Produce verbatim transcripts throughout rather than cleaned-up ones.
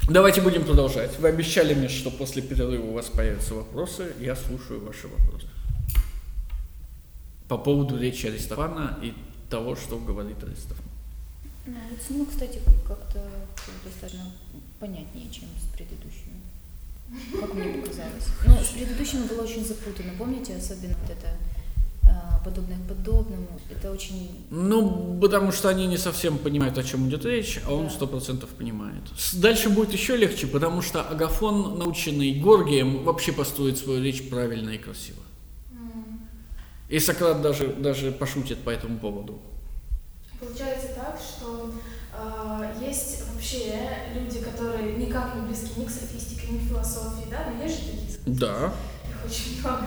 Давайте будем продолжать. Вы обещали мне, что после перерыва у вас появятся вопросы. Я слушаю ваши вопросы. По поводу речи Аристофана и того, что говорит Аристофан. Ну, вот с ним, кстати, как-то достаточно понятнее, чем с предыдущими. Как мне показалось. Но с предыдущими было очень запутано. Помните, особенно вот это а, подобное к подобному. Это очень... Ну, потому что они не совсем понимают, о чем идет речь, а он сто процентов понимает. Дальше будет еще легче, потому что Агафон, наученный Горгием, вообще построит свою речь правильно и красиво. И Сократ даже, даже пошутит по этому поводу. Получается так, что э, есть вообще люди, которые никак не близки ни к софистике, ни к философии, да? Но есть же такие? Да. Их очень много.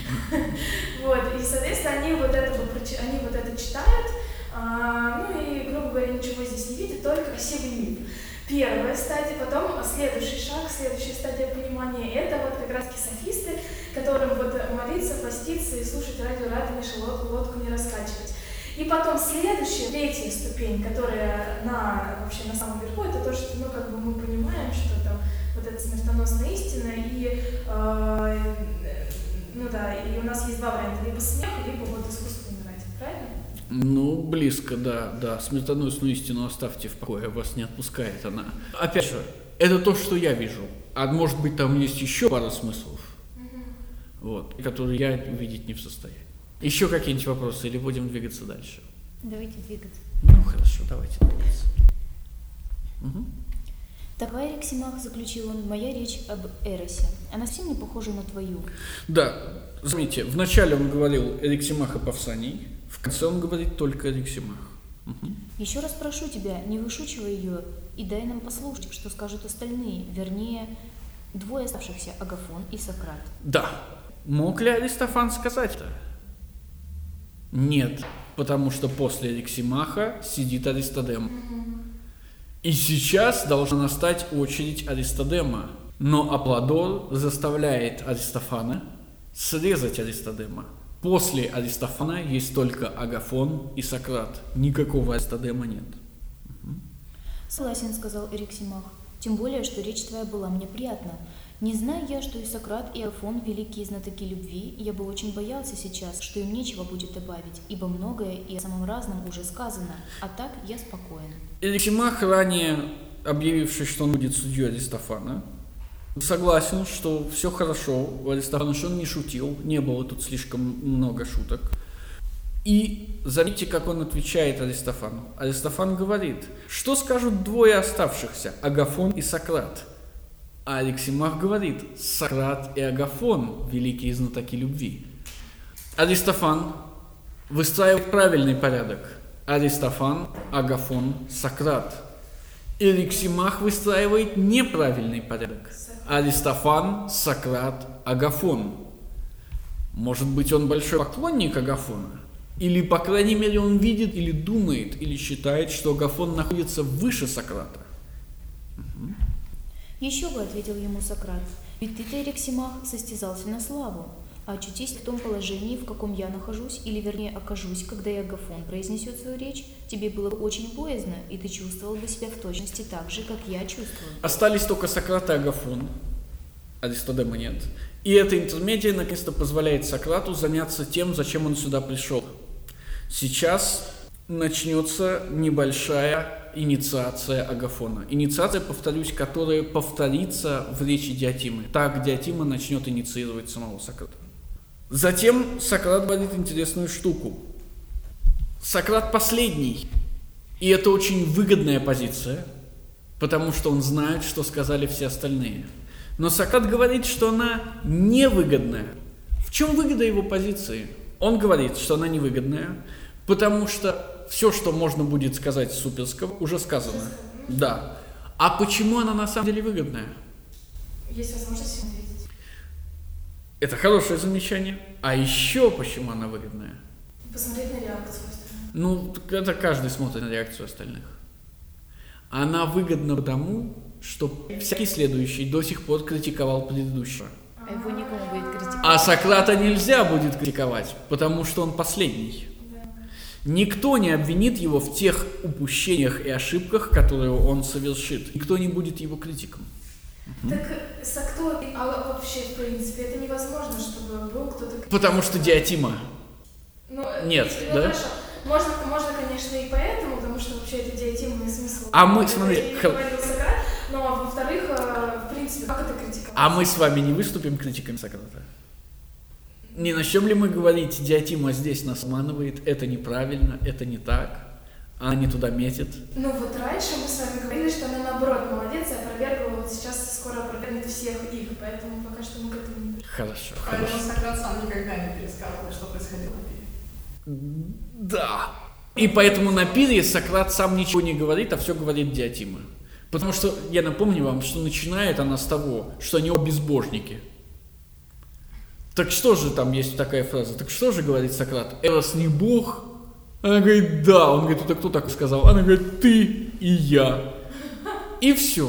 Вот, и, соответственно, они вот это, они вот это читают, ну и, грубо говоря, ничего здесь не видят, только красивый миф. Первая стадия, потом следующий шаг, следующая стадия понимания, это вот как раз-таки софисты, которым вот молиться, поститься и слушать радио Радонежа, лодку не раскачивать. И потом следующая, третья ступень, которая на, вообще на самом верху, это то, что ну, как бы мы понимаем, что там вот это смертоносная истина, и, э, ну да, и у нас есть два варианта, либо смех, либо вот искусство умирать, правильно? Ну, близко, да, да. Смертоносную истину оставьте в покое, вас не отпускает она. Опять же, это то, что я вижу. А может быть, там есть еще пара смыслов, угу. вот, которые я видеть не в состоянии. Еще какие-нибудь вопросы или будем двигаться дальше? Давайте двигаться. Ну, хорошо, давайте двигаться. Угу. Такая, Эриксимах, заключил он, моя речь об Эросе. Она совсем не похожа на твою. Да, заметьте, вначале он говорил Эриксимах и Павсаний, в конце он говорит только Эриксимах. Угу. Еще раз прошу тебя, не вышучивай ее и дай нам послушать, что скажут остальные, вернее, двое оставшихся, Агафон и Сократ. Да. Мог ли Аристофан сказать это? Нет, потому что после Эриксимаха сидит Аристодем. И сейчас должна настать очередь Аристодема. Но Аполлодор заставляет Аристофана срезать Аристодема. После Аристофана есть только Агафон и Сократ. Никакого Аристодема нет. Угу. Согласен, сказал Эриксимах. Тем более, что речь твоя была мне приятна. Не зная я, что и Сократ, и Агафон великие знатоки любви, я бы очень боялся сейчас, что им нечего будет добавить, ибо многое и о самом разном уже сказано, а так я спокоен. Эриксимах, ранее объявивший, что он будет судьей Аристофана, согласен, что все хорошо у Аристофана, что он не шутил, не было тут слишком много шуток. И заметьте, как он отвечает Аристофану. Аристофан говорит, что скажут двое оставшихся, Агафон и Сократ. А Эриксимах говорит, Сократ и Агафон, великие знатоки любви. Аристофан выстраивает правильный порядок. Аристофан, Агафон, Сократ. Эриксимах выстраивает неправильный порядок. Аристофан, Сократ, Агафон. Может быть, он большой поклонник Агафона? Или, по крайней мере, он видит или думает, или считает, что Агафон находится выше Сократа? Угу. Еще бы, ответил ему Сократ, ведь ты-то, Эриксимах, состязался на славу, а очутись в том положении, в каком я нахожусь, или вернее окажусь, когда и Агафон произнесет свою речь, тебе было бы очень боязно, и ты чувствовал бы себя в точности так же, как я чувствую. Остались только Сократ и Агафон, Аристодема нет. И эта интермедия наконец-то позволяет Сократу заняться тем, зачем он сюда пришел. Сейчас начнется небольшая инициация Агафона. Инициация, повторюсь, которая повторится в речи Диотимы. Так Диотима начнет инициировать самого Сократа. Затем Сократ говорит интересную штуку. Сократ последний. И это очень выгодная позиция, потому что он знает, что сказали все остальные. Но Сократ говорит, что она невыгодная. В чем выгода его позиции? Он говорит, что она невыгодная, потому что все, что можно будет сказать суперского, уже сказано. Да. А почему она на самом деле выгодная? Есть возможность ответить. Это хорошее замечание. А еще почему она выгодная? Посмотреть на реакцию остальных. Ну, это каждый смотрит на реакцию остальных. Она выгодна потому, что всякий следующий до сих пор критиковал предыдущего. А его никому будет критиковать. А Сократа нельзя будет критиковать, потому что он последний. Никто не обвинит его в тех упущениях и ошибках, которые он совершит. Никто не будет его критиком. Так с кто, а вообще, в принципе, это невозможно, чтобы был кто-то... Потому что Диотима. Ну, Нет, ну, да? Хорошо. Можно, можно, конечно, и поэтому, потому что вообще это диатимный смысл. А мы, смотри... Это говорил Сократ, но, во-вторых, в принципе, как это критиковать? А мы с вами не выступим критиками Сократа? Не начнем ли мы говорить, Диотима здесь нас обманывает, это неправильно, это не так, она не туда метит? Ну вот раньше мы с вами говорили, что она наоборот молодец, и опровергла, вот сейчас скоро опровергнет всех их, поэтому пока что мы к этому не пришли. Хорошо, Поэтому хорошо. Сократ сам никогда не пересказывал, что происходило на пире. Да. И поэтому на пире Сократ сам ничего не говорит, а все говорит Диотима. Потому что, я напомню вам, что начинает она с того, что они оба безбожники. Так что же там есть такая фраза? Так что же говорит Сократ? Эрос не бог? Она говорит, да. Он говорит, это кто так сказал? Она говорит, ты и я. И все.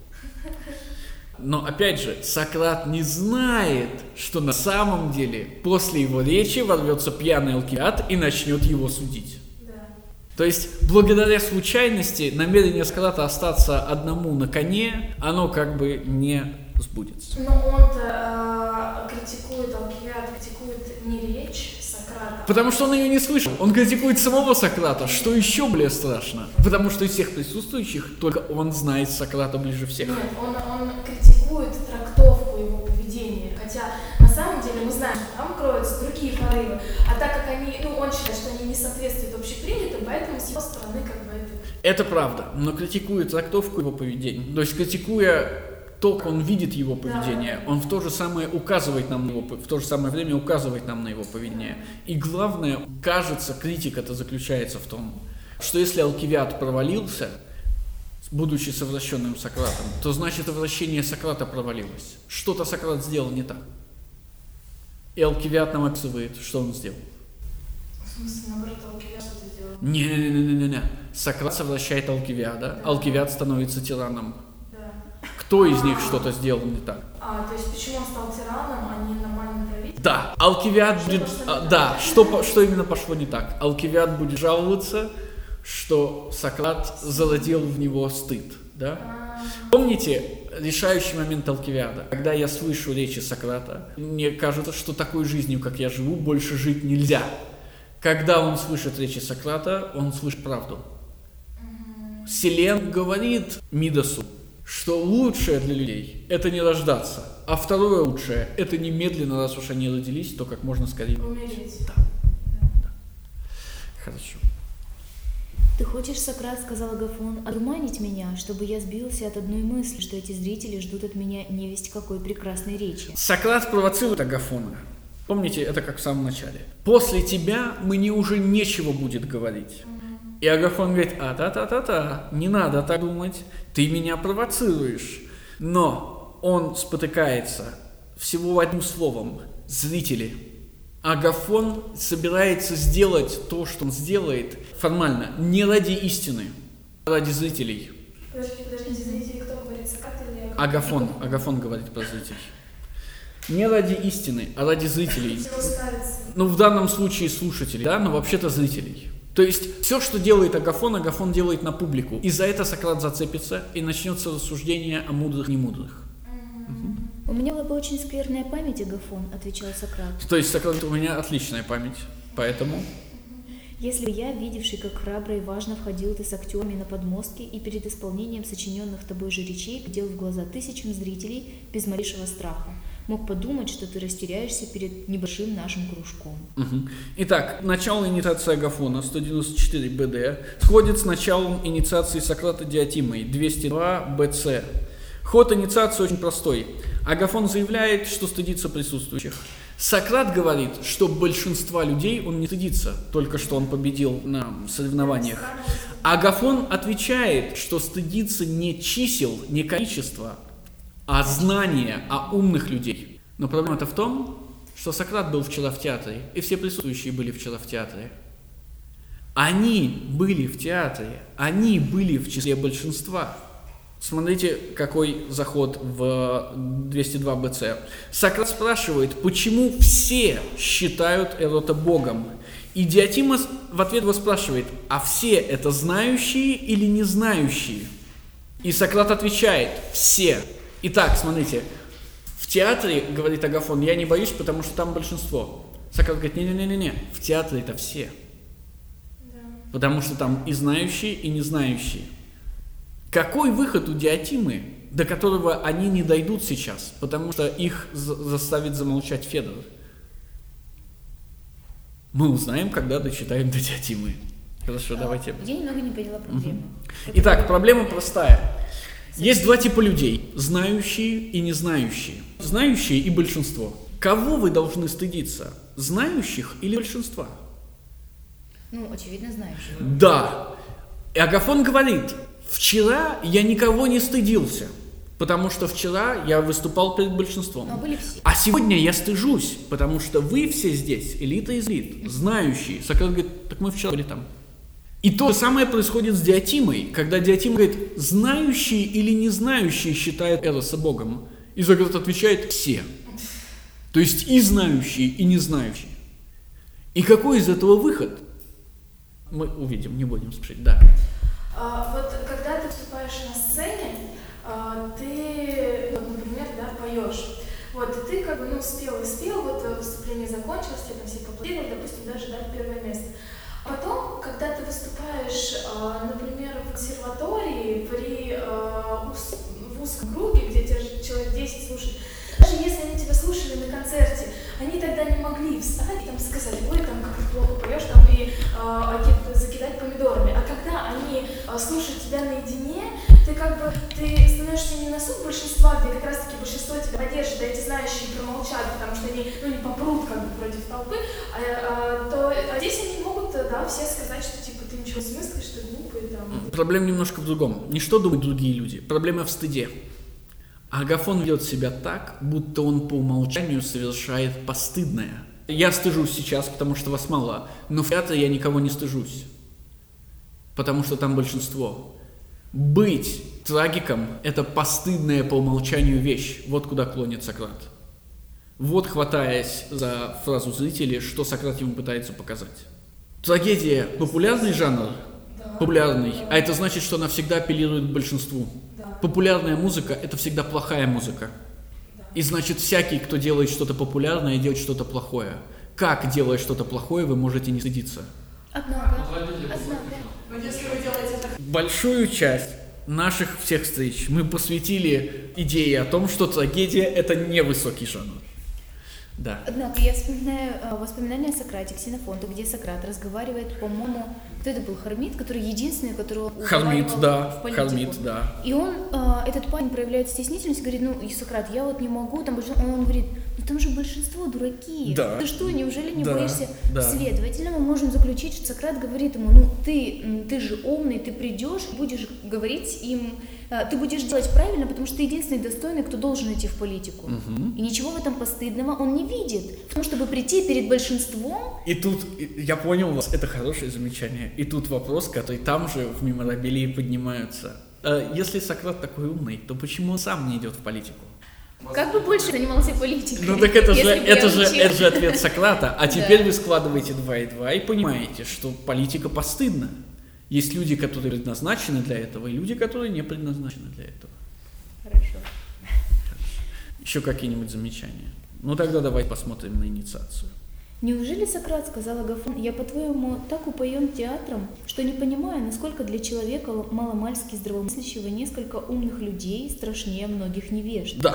Но опять же, Сократ не знает, что на самом деле после его речи ворвется пьяный Алкивиад и начнет его судить. Да. То есть, благодаря случайности, намерение Сократа остаться одному на коне, оно как бы не сбудется. Но он-то э, критикует Алкивиад, критикует не речь Сократа. Потому что он ее не слышал. Он критикует самого Сократа, что еще более страшно. Потому что из всех присутствующих только он знает Сократа ближе всех. Нет, он, он критикует трактовку его поведения. Хотя на самом деле мы знаем, что там кроются другие порывы. А так как они, ну, он считает, что они не соответствуют общепринятым, поэтому с его стороны как бы это... Это правда, но критикует трактовку его поведения. То есть, критикуя то, как он видит его поведение, он в то же самое указывает нам на его, в то же самое время указывает нам на его поведение. И главное, кажется, критика-то заключается в том, что если Алкивиад провалился, будучи совращенным Сократом, то значит совращение Сократа провалилось. Что-то Сократ сделал не так. И Алкивиад нам описывает, что он сделал. В смысле, наоборот, Алкивиад что-то сделал? Не-не-не-не-не. Сократ совращает Алкивиада, Да. Алкивиад становится тираном. Да. Кто из них что-то сделал не так? А, то есть почему он стал тираном, а не нормальным правителем? Да, Алкивиад Что будет... пошло не а, так? да, что, по- что именно пошло не так? Алкивиад будет жаловаться, что Сократ зародил в него стыд, да? А, Помните решающий момент Алкивиада? Когда я слышу речи Сократа, мне кажется, что такой жизнью, как я живу, больше жить нельзя. Когда он слышит речи Сократа, он слышит правду. Селен говорит Мидасу, что лучшее для людей – это не рождаться, а второе лучшее – это немедленно, раз уж они родились, то как можно скорее. умереть. Да. Хорошо. «Ты хочешь, Сократ, — сказал Агафон, — одурманить меня, чтобы я сбился от одной мысли, что эти зрители ждут от меня невесть какой прекрасной речи». Сократ провоцирует Агафона. Помните, это как в самом начале. «После тебя мне уже нечего будет говорить». И Агафон говорит, а та-та-та-та, не надо так думать, ты меня провоцируешь. Но он спотыкается всего одним словом – зрители. Агафон собирается сделать то, что он сделает формально, не ради истины, а ради зрителей. Подождите, подождите, зрители, кто говорит, Сократ или Агафон, Агафон говорит про зрителей. Не ради истины, а ради зрителей. Всего ставится. Ну, в данном случае слушателей, да, но вообще-то зрителей. То есть, все, что делает Агафон, Агафон делает на публику. И за это Сократ зацепится, и начнется рассуждение о мудрых и немудрых. «У меня была бы очень скверная память, Агафон, — отвечал Сократ. То есть, Сократ, у меня отличная память, поэтому... Если бы я, видевший, как храбро и важно входил ты с актерами на подмостки и перед исполнением сочиненных тобой же речей глядел в глаза тысячам зрителей без малейшего страха, мог подумать, что ты растеряешься перед небольшим нашим кружком». Угу. Итак, начало инициации Агафона, сто девяносто четыре бэ дэ, сходит с началом инициации Сократа Диотимой, двести два бэ цэ. Ход инициации очень простой. Агафон заявляет, что стыдится присутствующих. Сократ говорит, что большинства людей он не стыдится, только что он победил на соревнованиях. Агафон отвечает, что стыдится не чисел, не количество, а знания о умных людей. Но проблема-то в том, что Сократ был вчера в театре, и все присутствующие были вчера в театре. Они были в театре, они были в числе большинства. Смотрите, какой заход в двести два бэ цэ. Сократ спрашивает, почему все считают Эрота богом, И Диотима в ответ его спрашивает: а все это знающие или не знающие? И Сократ отвечает: все. Итак, смотрите, в театре, говорит Агафон, я не боюсь, потому что там большинство. Сократ говорит: не-не-не-не, в театре это все. Да. Потому что там и знающие, и не знающие. Какой выход у Диотимы, до которого они не дойдут сейчас, потому что их заставит замолчать Федор? Мы узнаем, когда дочитаем до Диотимы. Хорошо, А, давайте. Я немного не поняла проблему. Угу. Итак, проблема простая. Есть два типа людей: знающие и не знающие. Знающие и большинство. Кого вы должны стыдиться? Знающих или большинства? Ну, очевидно, знающих. Да. И Агафон говорит: вчера я никого не стыдился, потому что вчера я выступал перед большинством. Но были все. А сегодня я стыжусь, потому что вы все здесь элита из элит, знающие. Сократ говорит: так мы вчера были там. И то же самое происходит с Диотимой, когда Диотима говорит: знающие или не знающие считают Эроса Богом. И Сократ отвечает: все. То есть и знающие, и не знающие. И какой из этого выход? Мы увидим, не будем спешить, да. А, вот когда ты выступаешь на сцене, а, ты, вот, например, да, поешь. Вот, и ты как бы, ну, спел и спел, вот выступление закончилось, тебе там все поаплодировали, допустим, даже дали первое место. Потом, когда ты выступаешь, а, например, в консерватории, при, а, ус, в узком круге, где тебя человек десять слушает, даже если они тебя слушали на концерте, они тогда не могли встать и там сказать: ой, там как ты плохо поешь, там и э, закидать помидорами. А когда они э, слушают тебя наедине, ты как бы ты становишься не на суд большинства, где как раз таки большинство тебя поддержит, а эти знающие промолчат, потому что они, ну, не попрут как бы против толпы, а, а, то а здесь они могут, да, все сказать, что типа ты ничего не смыслишь, ты глупый там. Проблема немножко в другом. Не что думают другие люди, проблема в стыде. Агафон ведет себя так, будто он по умолчанию совершает постыдное. Я стыжусь сейчас, потому что вас мало, но в театре я никого не стыжусь, потому что там большинство. Быть трагиком – это постыдная по умолчанию вещь. Вот куда клонит Сократ. Вот, хватаясь за фразу зрителей, что Сократ ему пытается показать. Трагедия – популярный жанр? Популярный. А это значит, что она всегда апеллирует к большинству. Популярная музыка – это всегда плохая музыка. И значит, всякий, кто делает что-то популярное, делает что-то плохое. Как, делая что-то плохое, вы можете не стыдиться? Однако, однако. Но если вы делаете это... Большую часть наших всех встреч мы посвятили идее о том, что трагедия – это не высокий жанр. Да. Однако я вспоминаю э, воспоминания о Сократе, Ксенофонта, где Сократ разговаривает, по-моему, кто это был, Хармит, который единственный, которого Хармит, да, в политику. Хармит, да. И он, э, этот парень проявляет стеснительность, говорит: ну, и Сократ, я вот не могу, там большинство, он говорит: ну там же большинство дураки, Да. ты что, неужели не Да, боишься? да. Следовательно, мы можем заключить, что Сократ говорит ему: ну ты, ты же умный, ты придешь, будешь говорить им, э, ты будешь делать правильно, потому что ты единственный достойный, кто должен идти в политику. Угу. И ничего в этом постыдного он не видит, в том, чтобы прийти перед большинством. И тут, я понял вас, это хорошее замечание. И тут вопрос, который там же в меморабилии поднимаются. Если Сократ такой умный, то почему он сам не идет в политику? Как бы больше занимался политикой? Ну так это же, если бы это я же, учила. это же ответ Сократа. А теперь Да. вы складываете два и два и понимаете, что политика постыдна. Есть люди, которые предназначены для этого, и люди, которые не предназначены для этого. Хорошо. Еще какие-нибудь замечания? Ну тогда давай посмотрим на инициацию. Неужели Сократ, сказал Агафон, я, по-твоему, так упоен театром, что не понимаю, насколько для человека маломальски здравомыслящего несколько умных людей страшнее многих невежд? Да.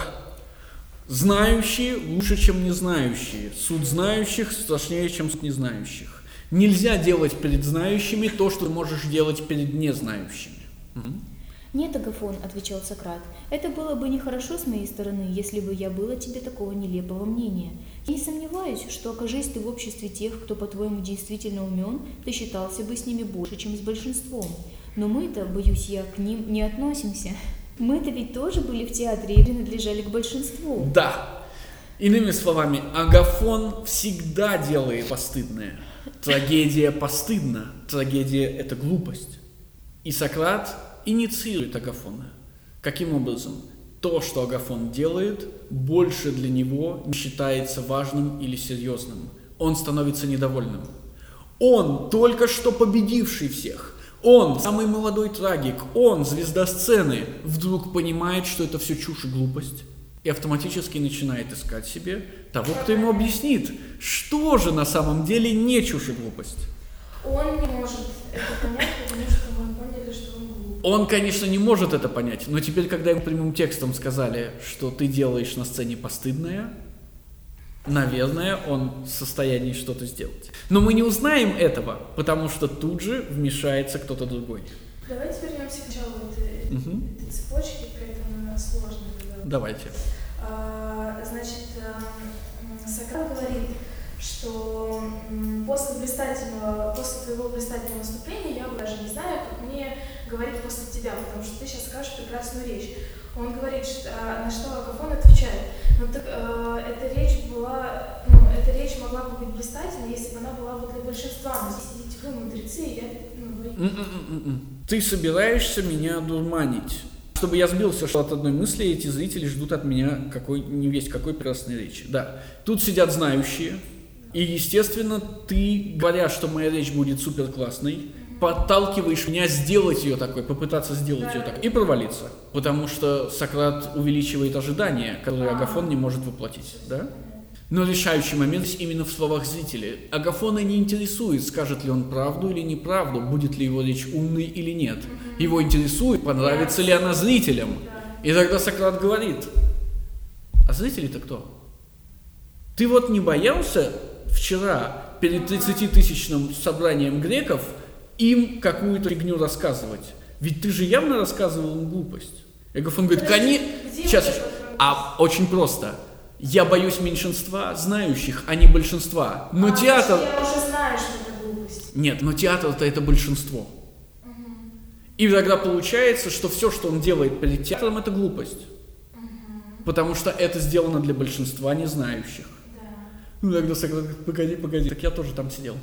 Знающие лучше, чем незнающие. Суд знающих страшнее, чем суд незнающих. Нельзя делать перед знающими то, что ты можешь делать перед незнающими. Угу. «Нет, Агафон, — отвечал Сократ, — это было бы нехорошо с моей стороны, если бы я был о тебе такого нелепого мнения. Я не сомневаюсь, что, окажись ты в обществе тех, кто, по-твоему, действительно умен, ты считался бы с ними больше, чем с большинством. Но мы-то, боюсь я, к ним не относимся. Мы-то ведь тоже были в театре и принадлежали к большинству». Да. Иными словами, Агафон всегда делает постыдное. Трагедия постыдна. Трагедия – это глупость. И Сократ инициирует Агафона. Каким образом? То, что Агафон делает, больше для него не считается важным или серьезным. Он становится недовольным. Он только что победивший всех. Он самый молодой трагик. Он звезда сцены. Вдруг понимает, что это все чушь и глупость. И автоматически начинает искать себе того, кто ему объяснит, что же на самом деле не чушь и глупость. Он не может это понять, потому что мы поняли, что он глуп. Он, конечно, не может это понять, но теперь, когда ему прямым текстом сказали, что ты делаешь на сцене постыдное, наверное, он в состоянии что-то сделать. Но мы не узнаем этого, потому что тут же вмешается кто-то другой. Давайте вернемся к началу этой, Угу. этой цепочки, какая-то она сложная. Давайте. А, значит, эм, Сократ говорит, что м, после блистательного, после твоего блистательного выступления я даже не знаю, как мне говорить после тебя, потому что ты сейчас скажешь прекрасную речь. Он говорит, что, а, на что Агафон отвечает. Ну так э, эта речь была, ну, эта речь могла бы быть блистательной, если бы она была бы для большинства. Но здесь сидите вы, мудрецы, и я, ну, вы... М-м-м-м. Ты собираешься меня дурманить. Чтобы я сбился от одной мысли, эти зрители ждут от меня какой, не весть какой прекрасной речи. Да, тут сидят знающие, и, естественно, ты, говоря, что моя речь будет супер классной, подталкиваешь меня сделать ее такой, попытаться сделать ее такой, и провалиться. Потому что Сократ увеличивает ожидания, которые Агафон не может воплотить, да? Но решающий момент именно в словах зрителей. Агафона не интересует, скажет ли он правду или неправду, будет ли его речь умной или нет. Его интересует, понравится ли она зрителям. И тогда Сократ говорит: а зрители-то кто? Ты вот не боялся вчера перед тридцатитысячным собранием греков им какую-то фигню рассказывать? Ведь ты же явно рассказывал им глупость. Агафон говорит: конечно. Сейчас. А очень просто. Я боюсь меньшинства знающих, а не большинства. Но а, театр... Я уже знаю, что это глупость. Нет, но театр-то это большинство. Угу. И тогда получается, что все, что он делает перед театром, это глупость. Угу. Потому что это сделано для большинства не знающих. Да. Ну тогда Сократ говорит: погоди, погоди, так я тоже там сидел.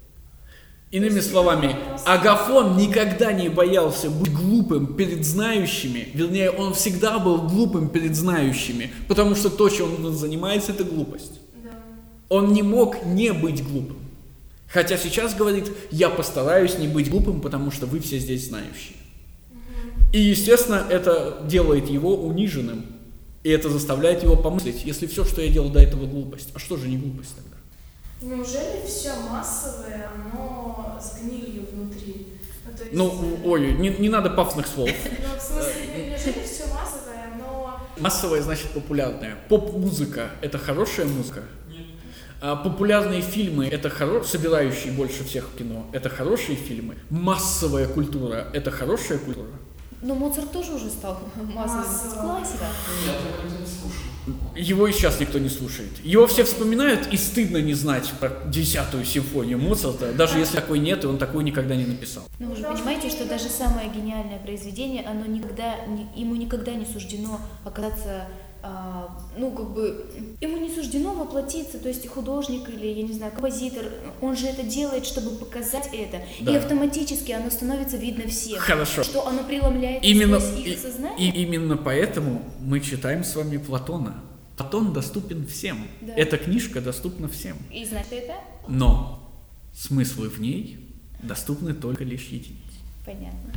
Иными словами, Агафон никогда не боялся быть глупым перед знающими, вернее, он всегда был глупым перед знающими, потому что то, чем он занимается, это глупость. Да. Он не мог не быть глупым. Хотя сейчас говорит: я постараюсь не быть глупым, потому что вы все здесь знающие. Угу. И, естественно, это делает его униженным, и это заставляет его помыслить: если все, что я делал до этого, глупость, а что же не глупость тогда? Неужели все массовое, оно с гнилью внутри? Ну, то есть... ну ой, не, не надо пафосных слов. Ну, в смысле, неужели все массовое, оно... Массовое значит популярное. Поп-музыка – это хорошая музыка? Нет. А популярные фильмы – это хоро... собирающие больше всех в кино. Это хорошие фильмы. Массовая культура – это хорошая культура? Но Моцарт тоже уже стал массовым. Классика. Нет, я никто не слушал. Его и сейчас никто не слушает. Его все вспоминают, и стыдно не знать про десятую симфонию Моцарта, даже если такой нет, и он такой никогда не написал. Но вы же понимаете, что даже самое гениальное произведение, оно никогда, ему никогда не суждено оказаться, а, ну, как бы, ему не суждено воплотиться, то есть художник или, я не знаю, композитор, он же это делает, чтобы показать это, да. И автоматически оно становится видно всем. Хорошо. Что оно преломляется именно, сквозь их и, сознание. И именно поэтому мы читаем с вами Платона. Платон доступен всем. Да. Эта книжка доступна всем. И значит это? Но смыслы в ней доступны только лишь единиц. Понятно.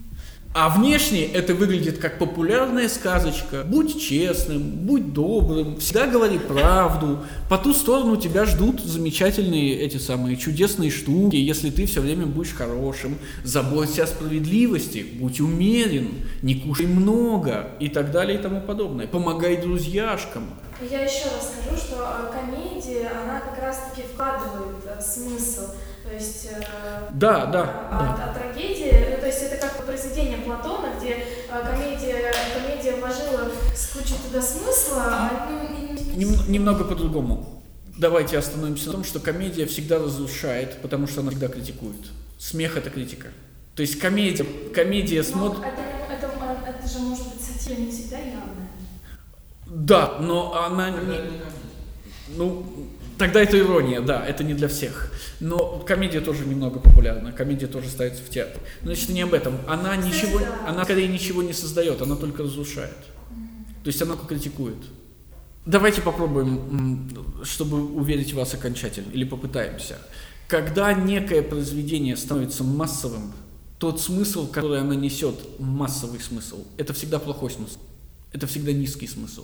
А внешне это выглядит как популярная сказочка. Будь честным, будь добрым, всегда говори правду. По ту сторону тебя ждут замечательные эти самые чудесные штуки, если ты все время будешь хорошим. Заботься о справедливости, будь умерен, не кушай много и так далее и тому подобное. Помогай друзьяшкам. Я еще раз скажу, что комедия, она как раз-таки вкладывает э, смысл. То есть э, да, да, а, да. А трагедия, ну, то есть это как произведение Платона, где э, комедия, комедия вложила с кучей туда смысла, а ну, не... Нем, немного по-другому. Давайте остановимся на том, что комедия всегда разрушает, потому что она всегда критикует. Смех – это критика. То есть комедия, комедия смотрит... Это, это, это же может быть сатира не всегда явная. Да, но она не... Ну, тогда это ирония, да, это не для всех. Но комедия тоже немного популярна, комедия тоже ставится в театр. Но значит, не об этом. Она ничего, она скорее ничего не создает, она только разрушает. То есть она только критикует. Давайте попробуем, чтобы уверить вас окончательно, или попытаемся. Когда некое произведение становится массовым, тот смысл, который оно несет, массовый смысл, это всегда плохой смысл. Это всегда низкий смысл.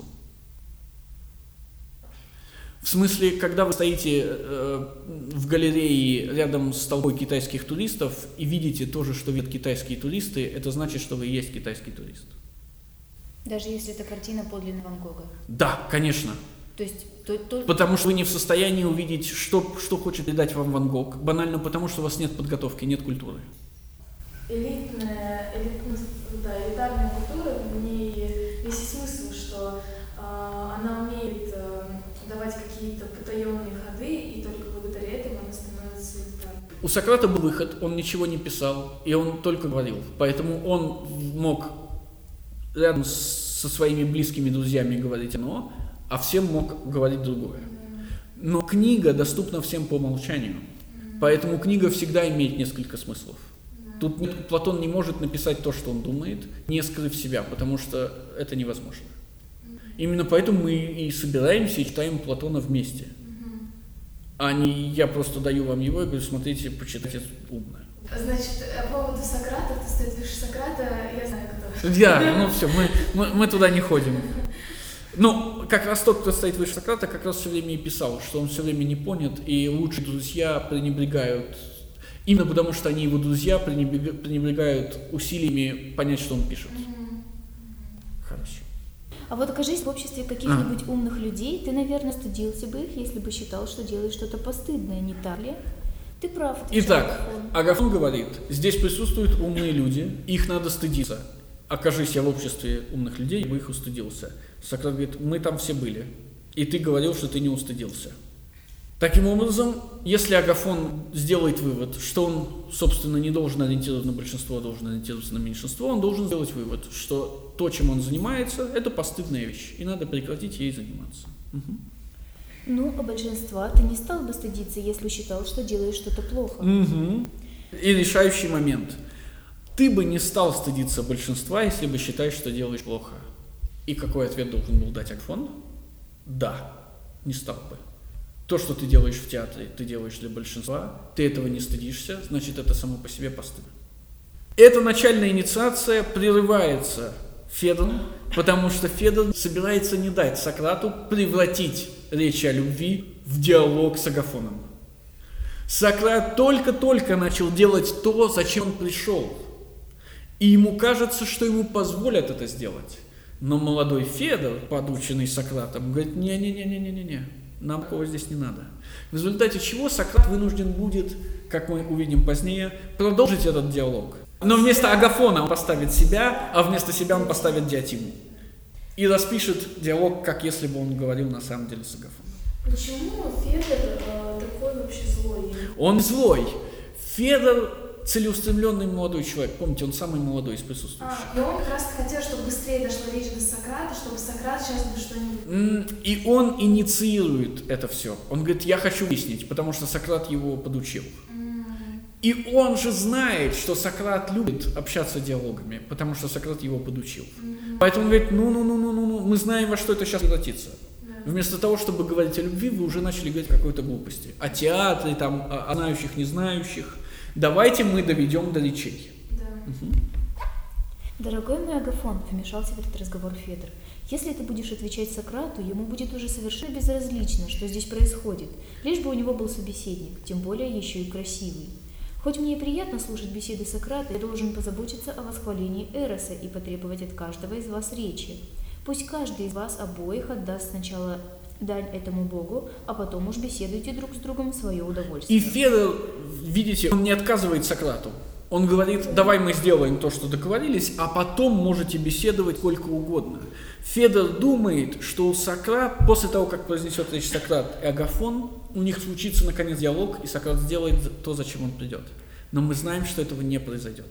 В смысле, когда вы стоите э, в галерее рядом с толпой китайских туристов и видите то же, что видят китайские туристы, это значит, что вы и есть китайский турист. Даже если это картина подлинного Ван Гога? Да, конечно. То есть, то, то... Потому что вы не в состоянии увидеть, что, что хочет передать вам Ван Гог. Банально потому, что у вас нет подготовки, нет культуры. Элитная, элит, ну, да, элитарная культура, в ней весь и смысл, что э, она умеет э, давать какие-то потаенные ходы, и только благодаря этому она становится элитарной. У Сократа был выход, он ничего не писал, и он только говорил. Поэтому он мог рядом со своими близкими друзьями говорить одно, а всем мог говорить другое. Но книга доступна всем по умолчанию. Поэтому книга всегда имеет несколько смыслов. Тут нет, Платон не может написать то, что он думает, не скрыв себя, потому что это невозможно. Именно поэтому мы и собираемся и читаем Платона вместе. А не я просто даю вам его и говорю, смотрите, почитайте умно. Значит, по поводу Сократа, ты стоит выше Сократа, я знаю, кто. Да, ну все, мы, мы, мы туда не ходим. Ну, как раз тот, кто стоит выше Сократа, как раз все время и писал, что он все время не понят, и лучшие друзья пренебрегают, именно потому что они его друзья, пренебрегают усилиями понять, что он пишет. Хорошо. А вот окажись в обществе каких-нибудь а. умных людей, ты, наверное, стыдился бы их, если бы считал, что делаешь что-то постыдное, не так ли? Ты прав. Итак, Агафон говорит, здесь присутствуют умные люди, их надо стыдиться. Окажись я в обществе умных людей, я бы их устыдился. Сократ говорит, мы там все были, и ты говорил, что ты не устыдился. Таким образом, если Агафон сделает вывод, что он, собственно, не должен ориентироваться на большинство, а должен ориентироваться на меньшинство, он должен сделать вывод, что то, чем он занимается, это постыдная вещь, и надо прекратить ей заниматься. Угу. Ну, а большинства ты не стал бы стыдиться, если считал, что делаешь что-то плохо. Угу. И решающий момент. Ты бы не стал стыдиться большинства, если бы считаешь, что делаешь плохо. И какой ответ должен был дать Агафон? Да, не стал бы. То, что ты делаешь в театре, ты делаешь для большинства, ты этого не стыдишься, значит, это само по себе постыдно. Эта начальная инициация прерывается Федором, потому что Федор собирается не дать Сократу превратить речь о любви в диалог с Агафоном. Сократ только-только начал делать то, зачем он пришел. И ему кажется, что ему позволят это сделать. Но молодой Федор, подученный Сократом, говорит, не-не-не-не-не-не, нам такого здесь не надо. В результате чего Сократ вынужден будет, как мы увидим позднее, продолжить этот диалог. Но вместо Агафона он поставит себя, а вместо себя он поставит Диотиму. И распишет диалог, как если бы он говорил на самом деле с Агафоном. Почему Федор э, такой вообще злой? Он злой. Федор целеустремленный молодой человек. Помните, он самый молодой из присутствующих. А, и он как раз хотел, чтобы быстрее дошла речь до Сократа, чтобы Сократ сейчас бы что-нибудь... И он инициирует это все. Он говорит, я хочу выяснить, потому что Сократ его подучил. Mm. И он же знает, что Сократ любит общаться диалогами, потому что Сократ его подучил. Mm. Поэтому он говорит, ну-ну-ну-ну-ну, мы знаем, во что это сейчас превратится. Yeah. Вместо того, чтобы говорить о любви, вы уже начали говорить о какой-то глупости. О театре, там, о знающих, не знающих. Давайте мы доведем до речей. Да. Угу. Дорогой мой Агафон, вмешался в этот разговор Федор, если ты будешь отвечать Сократу, ему будет уже совершенно безразлично, что здесь происходит, лишь бы у него был собеседник, тем более еще и красивый. Хоть мне и приятно слушать беседы Сократа, я должен позаботиться о восхвалении Эроса и потребовать от каждого из вас речи. Пусть каждый из вас обоих отдаст сначала дань этому Богу, а потом уж беседуйте друг с другом в свое удовольствие. И Федор, видите, он не отказывает Сократу. Он говорит, давай мы сделаем то, что договорились, а потом можете беседовать сколько угодно. Федор думает, что у Сократа, после того, как произнесет речь Сократ и Агафон, у них случится наконец диалог, и Сократ сделает то, зачем он придет. Но мы знаем, что этого не произойдет.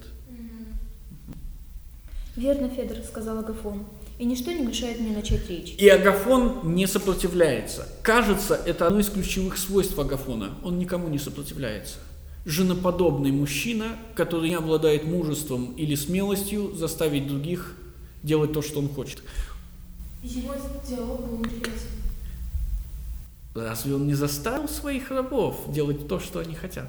Верно, Федор, сказал Агафон. И ничто не мешает мне начать речь. И Агафон не сопротивляется. Кажется, это одно из ключевых свойств Агафона. Он никому не сопротивляется. Женоподобный мужчина, который не обладает мужеством или смелостью заставить других делать то, что он хочет. Его диалог был интересен. Разве он не заставил своих рабов делать то, что они хотят?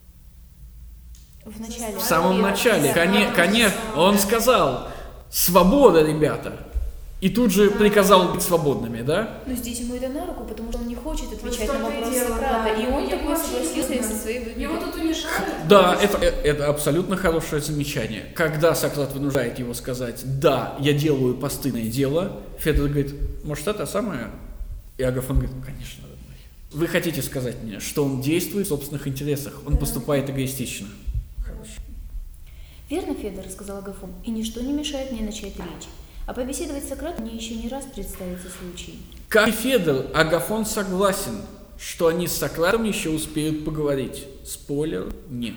В начале. В самом начале, Да. коне, коне, он сказал: свобода, ребята. И тут же приказал быть свободными, да? Но здесь ему это на руку, потому что он не хочет отвечать Вот на в том-то и вопрос дело, Сократа. да. И он Его такой вообще согласился не со знаю. своей выгодой. Его тут унижают. Да, это, это абсолютно хорошее замечание. Когда Сократ вынуждает его сказать: да, я делаю постыдное дело, Федор говорит: может, это самое? И Агафон говорит: конечно, родной. Вы хотите сказать мне, что он действует в собственных интересах, он поступает эгоистично? Хорошо. Верно, Федор, сказал Агафон, и ничто не мешает мне начать речь. А побеседовать с Сократом мне еще не раз представится случай. Как и Федор, Агафон согласен, что они с Сократом еще успеют поговорить. Спойлер – нет.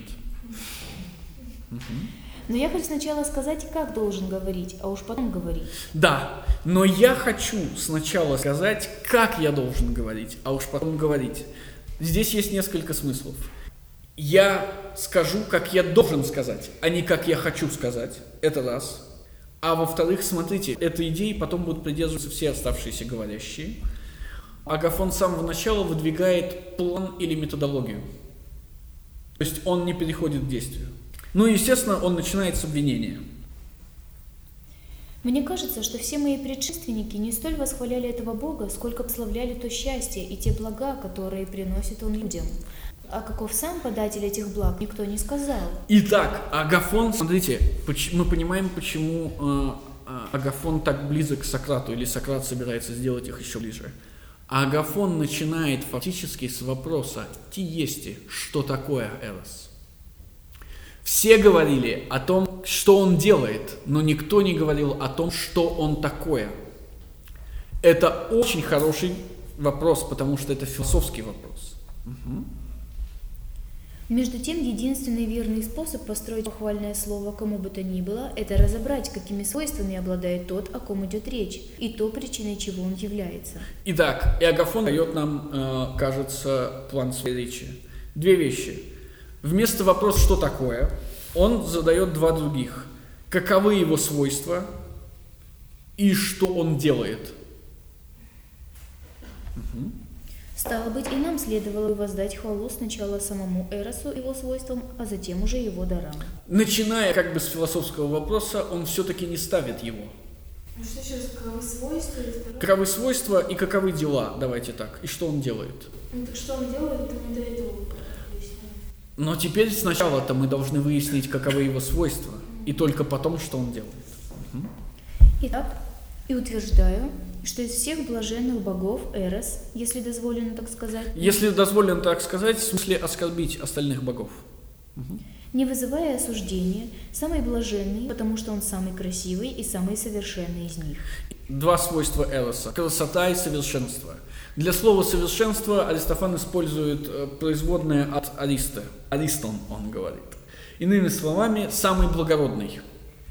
Но я хочу сначала сказать, как должен говорить, а уж потом говорить. Да, но я хочу сначала сказать, как я должен говорить, а уж потом говорить. Здесь есть несколько смыслов. Я скажу, как я должен сказать, а не как я хочу сказать. Это раз. А во-вторых, смотрите, этой идеи потом будут придерживаться все оставшиеся говорящие. Агафон с самого начала выдвигает план или методологию. То есть он не переходит к действию. Ну и, естественно, он начинает с обвинения. Мне кажется, что все мои предшественники не столь восхваляли этого Бога, сколько прославляли то счастье и те блага, которые приносит Он людям. А каков сам податель этих благ, никто не сказал. Итак, Агафон, смотрите, поч- мы понимаем, почему э, э, Агафон так близок к Сократу, или Сократ собирается сделать их еще ближе. Агафон начинает фактически с вопроса «Тиести», что такое Эрос. Все говорили о том, что он делает, но никто не говорил о том, что он такое. Это очень хороший вопрос, потому что это философский вопрос. Угу. Между тем, единственный верный способ построить похвальное слово кому бы то ни было, это разобрать, какими свойствами обладает тот, о ком идет речь, и то, причиной чего он является. Итак, и Агафон дает нам, э, кажется, план своей речи. Две вещи. Вместо вопроса «что такое?», он задает два других. Каковы его свойства и что он делает? Угу. Стало быть, и нам следовало воздать хвалу сначала самому Эросу, его свойствам, а затем уже его дарам. Начиная как бы с философского вопроса, он все-таки не ставит его. Ну что еще раз, каковы свойства? И второе? Каковы свойства и каковы дела, давайте так, и что он делает. Ну так что он делает, это мы до этого выяснили. Но теперь сначала-то мы должны выяснить, каковы его свойства, и только потом, что он делает. Угу. Итак, и утверждаю, что из всех блаженных богов Эрос, если дозволено так сказать, Если дозволено так сказать, в смысле оскорбить остальных богов. Угу. не вызывая осуждения, самый блаженный, потому что он самый красивый и самый совершенный из них. Два свойства Эроса – красота и совершенство. Для слова «совершенство» Аристофан использует э, производное от «ариста». «Аристон», он говорит. Иными словами, самый благородный.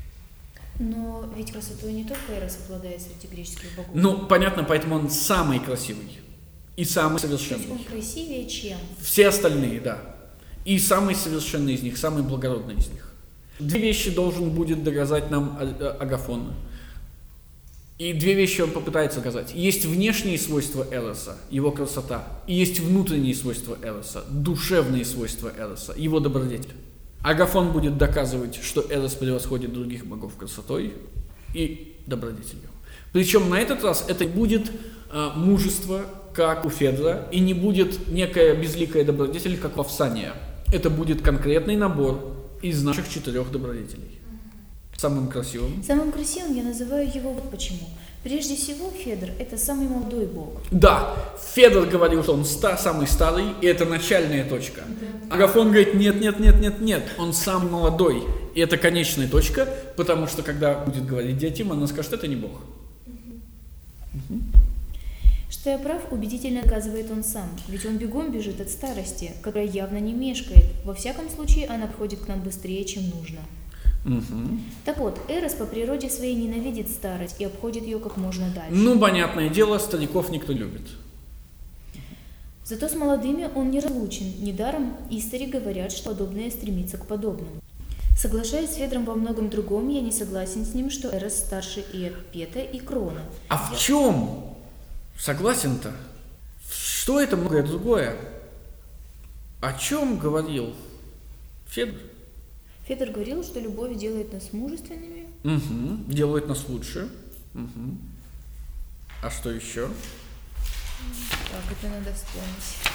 Но ведь красотой не только Эрос обладает среди греческих богов. Ну, понятно, поэтому он самый красивый и самый То есть совершенный. он красивее, чем? Все остальные, да. И самый совершенный из них, самый благородный из них. Две вещи должен будет доказать нам Агафон. И две вещи он попытается доказать. Есть внешние свойства Эроса, его красота, и есть внутренние свойства Эроса, душевные свойства Эроса, его добродетель. Агафон будет доказывать, что Эрос превосходит других богов красотой и добродетелью. Причем на этот раз это будет э, мужество, как у Федора, и не будет некая безликая добродетель, как у Авсания. Это будет конкретный набор из наших четырех добродетелей. Самым красивым. Самым красивым я называю его вот почему. Прежде всего, Федор – это самый молодой бог. Да, Федор говорил, что он ста- самый старый, и это начальная точка. Агафон говорит, нет, нет, нет, нет, нет, он самый молодой, и это конечная точка, потому что, когда будет говорить Диатима, она скажет, это не бог. Угу. Что я прав, убедительно доказывает он сам, ведь он бегом бежит от старости, которая явно не мешкает. Во всяком случае, она приходит к нам быстрее, чем нужно. Угу. Так вот, Эрос по природе своей ненавидит старость и обходит ее как можно дальше. Ну, понятное дело, стариков никто любит. Зато с молодыми он не разлучен, недаром истори говорят, что подобное стремится к подобному. Соглашаясь с Федором во многом другом, я не согласен с ним, что Эрос старше и Пета, и Крона. А в чем согласен-то? Что это многое другое? О чем говорил Федор? Федор говорил, что любовь делает нас мужественными. Угу. Делает нас лучше. Угу. А что еще? Так, это надо вспомнить.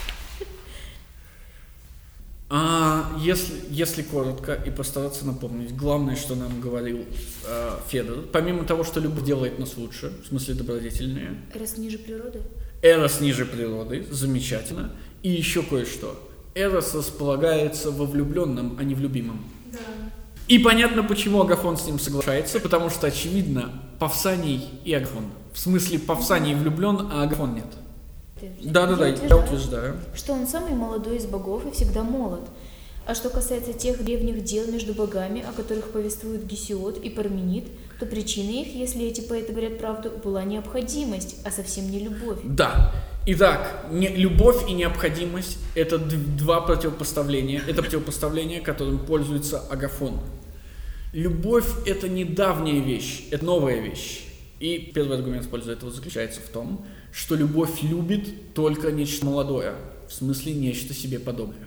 А если, если коротко и постараться напомнить, главное, что нам говорил э, Федор, помимо того, что любовь делает нас лучше, в смысле добродетельнее. Эрос ниже природы? Эрос ниже природы, замечательно. И еще кое-что. Эрос располагается во влюбленном, а не в любимом. Да. И понятно, почему Агафон с ним соглашается, потому что, очевидно, Павсаний и Агафон. В смысле, Павсаний влюблен, а Агафон нет. Да-да-да, я утверждаю, утверждаю. Что он самый молодой из богов и всегда молод. А что касается тех древних дел между богами, о которых повествуют Гесиод и Парменид, то причиной их, если эти поэты говорят правду, была необходимость, а совсем не любовь. Да. Итак, не, любовь и необходимость – это д- два противопоставления. Это противопоставление, которым пользуется Агафон. Любовь – это не давняя вещь, это новая вещь. И первый аргумент в пользу этого заключается в том, что любовь любит только нечто молодое, в смысле нечто себе подобное.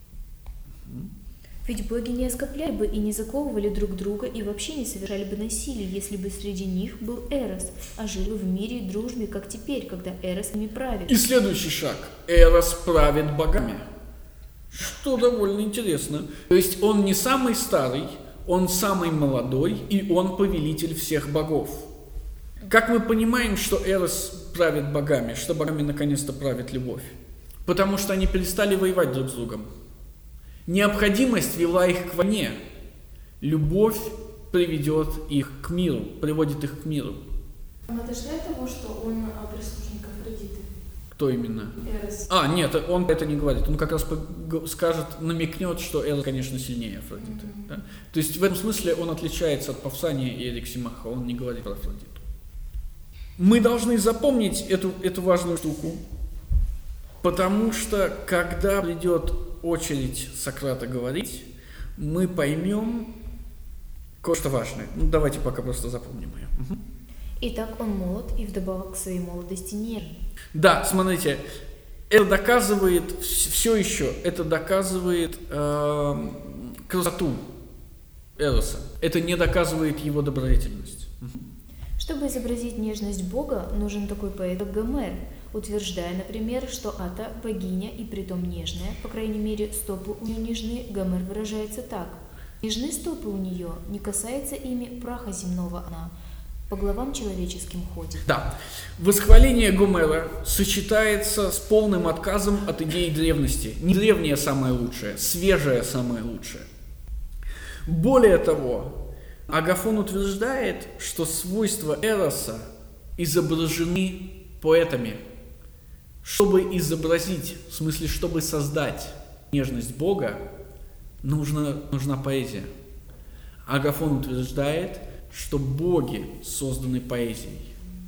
Ведь боги не оскорбляли бы и не заковывали друг друга и вообще не совершали бы насилие, если бы среди них был Эрос, а жили бы в мире и дружбе, как теперь, когда Эрос ими правит. И следующий шаг. Эрос правит богами. Что довольно интересно. То есть он не самый старый, он самый молодой, и он повелитель всех богов. Как мы понимаем, что Эрос правит богами, что богами наконец-то правит любовь? Потому что они перестали воевать друг с другом. Необходимость вела их к войне. Любовь приведет их к миру, приводит их к миру. Он отождает того, что он а, прислужник Афродиты. Кто именно? Эрос. А, нет, он это не говорит. Он как раз скажет, намекнет, что Эрос, конечно, сильнее Афродиты. Mm-hmm. Да? То есть в этом смысле он отличается от Павсания и Эриксимаха. Он не говорит про Афродиту. Мы должны запомнить эту, эту важную штуку, потому что, когда придет очередь Сократа говорить, мы поймем кое-что важное. Ну, давайте пока просто запомним ее. Угу. Итак, он молод и вдобавок к своей молодости нежен. Да, смотрите, это доказывает, все еще, это доказывает э, красоту Эроса. Это не доказывает его добродетельность. Угу. Чтобы изобразить нежность Бога, нужен такой поэт, как Гомер, утверждая, например, что Ата – богиня и притом нежная, по крайней мере, стопы у нее нежны, Гомер выражается так. Нежны стопы у нее, не касается ими праха земного она, по главам человеческим ходит. Да. Восхваление Гомера сочетается с полным отказом от идеи древности. Не древнее самое лучшее, свежее самое лучшее. Более того, Агафон утверждает, что свойства Эроса изображены поэтами. Чтобы изобразить, в смысле, чтобы создать нежность Бога, нужна, нужна поэзия. Агафон утверждает, что боги созданы поэзией.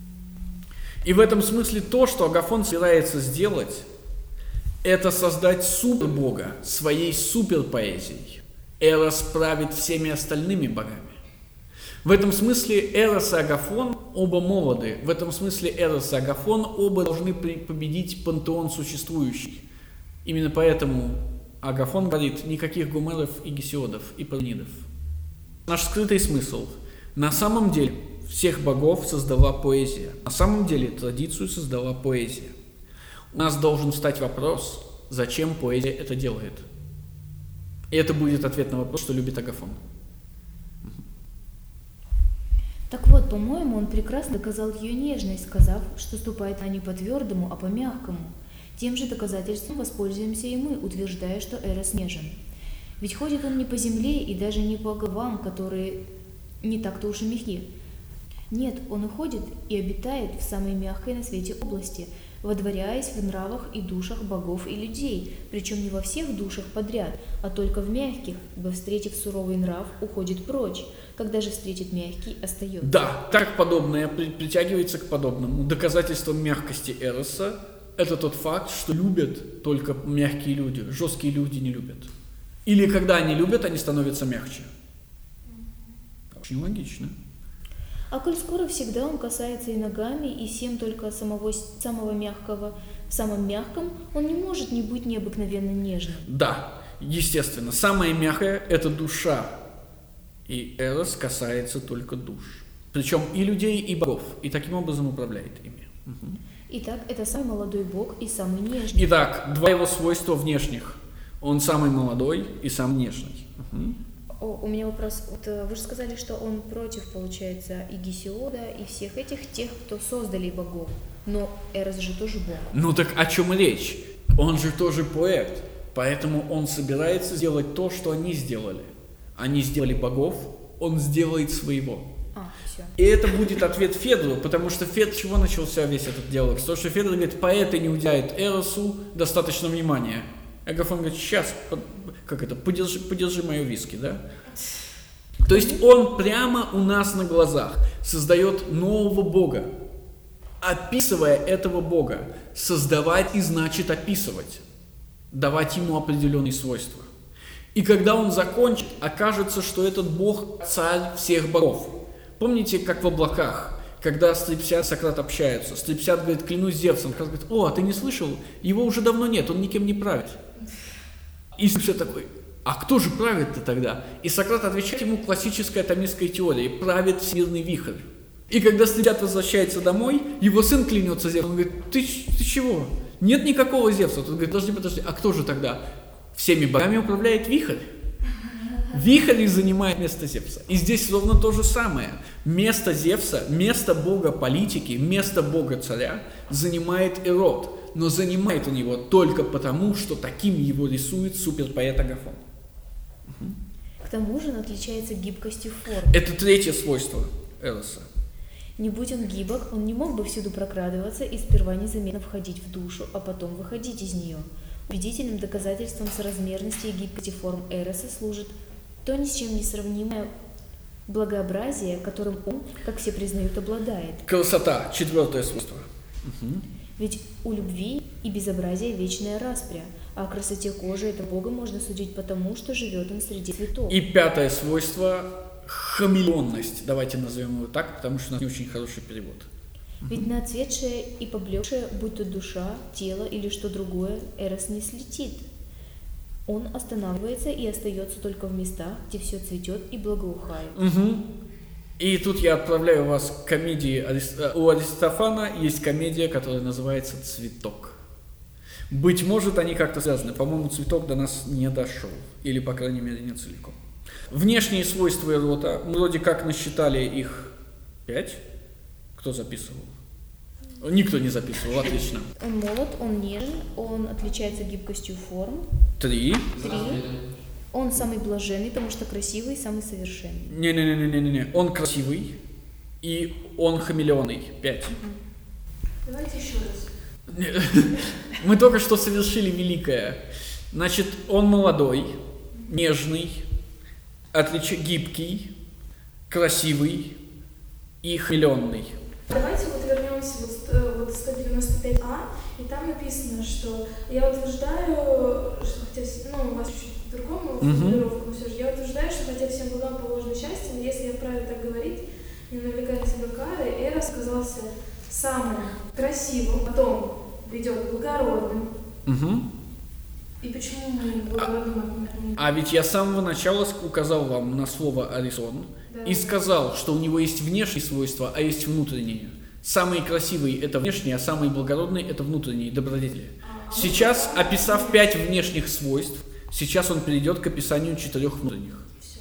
И в этом смысле то, что Агафон собирается сделать, это создать супербога своей суперпоэзией. Эрос правит всеми остальными богами. В этом смысле Эрос и Агафон оба молоды. В этом смысле Эрос и Агафон оба должны победить пантеон существующий. Именно поэтому Агафон говорит: никаких Гомеров и Гесиодов и Парменидов. Наш скрытый смысл. На самом деле всех богов создала поэзия. На самом деле традицию создала поэзия. У нас должен встать вопрос, зачем поэзия это делает. И это будет ответ на вопрос, что любит Агафон. Так вот, по-моему, он прекрасно доказал ее нежность, сказав, что ступает она не по твердому, а по мягкому. Тем же доказательством воспользуемся и мы, утверждая, что Эрос нежен. Ведь ходит он не по земле и даже не по головам, которые не так-то уж и мягки. Нет, он уходит и обитает в самой мягкой на свете области, водворяясь в нравах и душах богов и людей, причем не во всех душах подряд, а только в мягких, ибо, встретив суровый нрав, уходит прочь, когда же встретит мягкий, остается. Да, так подобное притягивается к подобному. Доказательством мягкости Эроса – это тот факт, что любят только мягкие люди, жесткие люди не любят. Или когда они любят, они становятся мягче. Очень логично. А коль скоро всегда он касается и ногами, и всем только самого, самого мягкого, в самом мягком, он не может не быть необыкновенно нежным. Да, естественно, самое мягкое – это душа. И Эрос касается только душ. Причем и людей, и богов. И таким образом управляет ими. Угу. Итак, это самый молодой бог и самый нежный. Итак, два его свойства внешних. Он самый молодой и самый нежный. Угу. О, у меня вопрос. Вот, вы же сказали, что он против, получается, и Гесиода, и всех этих, тех, кто создали богов. Но Эрос же тоже бог. Ну так о чем речь? Он же тоже поэт. Поэтому он собирается сделать то, что они сделали. Они сделали богов, он сделает своего. А, все. И это будет ответ Федру, потому что Федр, чего начался весь этот диалог? С того, что Федр говорит, поэты не уделяют Эросу достаточно внимания. Агафон говорит, сейчас, как это, подержи, подержи мою виски, да? То есть он прямо у нас на глазах создает нового бога. Описывая этого бога, создавать и значит описывать, давать ему определенные свойства. И когда он закончит, окажется, что этот бог царь всех богов. Помните, как в облаках, когда Стрепсиад и Сократ общаются, Стрепсиад говорит, клянусь Зевсом, Сократ говорит, о, а ты не слышал? Его уже давно нет, он никем не правит. И Стрепсиад такой, а кто же правит-то тогда? И Сократ отвечает ему классической атомистской теорией, правит всемирный вихрь. И когда Стрепсиад возвращается домой, его сын клянется Зевсом, он говорит, ты, ты чего? Нет никакого Зевса. Он говорит, подожди, подожди, а кто же тогда? Всеми богами управляет вихрь. Вихрь и занимает место Зевса. И здесь ровно то же самое. Место Зевса, место бога политики, место бога царя занимает Ирод. Но занимает он его только потому, что таким его рисует суперпоэт Агафон. Угу. К тому же он отличается гибкостью форм. Это третье свойство Эроса. Не будь он гибок, он не мог бы всюду прокрадываться и сперва незаметно входить в душу, а потом выходить из нее. Убедительным доказательством соразмерности и гибкости форм Эроса служит то ни с чем не сравнимое благообразие, которым он, как все признают, обладает. Красота, четвертое свойство. Угу. Ведь у любви и безобразия вечная распря, а о красоте кожи этого бога можно судить потому, что живет он среди цветов. И пятое свойство – хамелеонность. Давайте назовем его так, потому что у нас не очень хороший перевод. Ведь на отцветшее и поблекшее, будь то душа, тело или что другое, Эрос не слетит. Он останавливается и остается только в местах, где все цветет и благоухает. Угу. И тут я отправляю вас к комедии. У Аристофана есть комедия, которая называется «Цветок». Быть может, они как-то связаны. По-моему, «Цветок» до нас не дошел. Или, по крайней мере, не целиком. Внешние свойства Эрота, мы вроде как насчитали их пять. Кто записывал? Никто не записывал, отлично. Он молод, он нежен, он отличается гибкостью форм. Три. Три. Он самый блаженный, потому что красивый и самый совершенный. Не-не-не-не-не-не. Он красивый и он хамелеонный. Пять. Давайте еще раз. Мы только что совершили великое. Значит, он молодой, нежный, отлич... гибкий, красивый и хамелеонный. Давайте вот вернемся вот, вот сто девяносто пять а, и там написано, что я утверждаю, что хотя, ну, у вас чуть-чуть по-другому формулировка, но все же, я утверждаю, что хотя всем богам положено счастье, но если я вправе так говорить, не навлекая на себя кары, Эрос оказался самым красивым, потом идет благородным. Угу. И почему мы благородным? А, а ведь я с самого начала указал вам на слово «арисон», да, и сказал, что у него есть внешние свойства, а есть внутренние. Самый красивый – это внешний, а самый благородный – это внутренние добродетели. А, сейчас, а описав пять внешних свойств, сейчас он перейдет к описанию четырех внутренних. Все.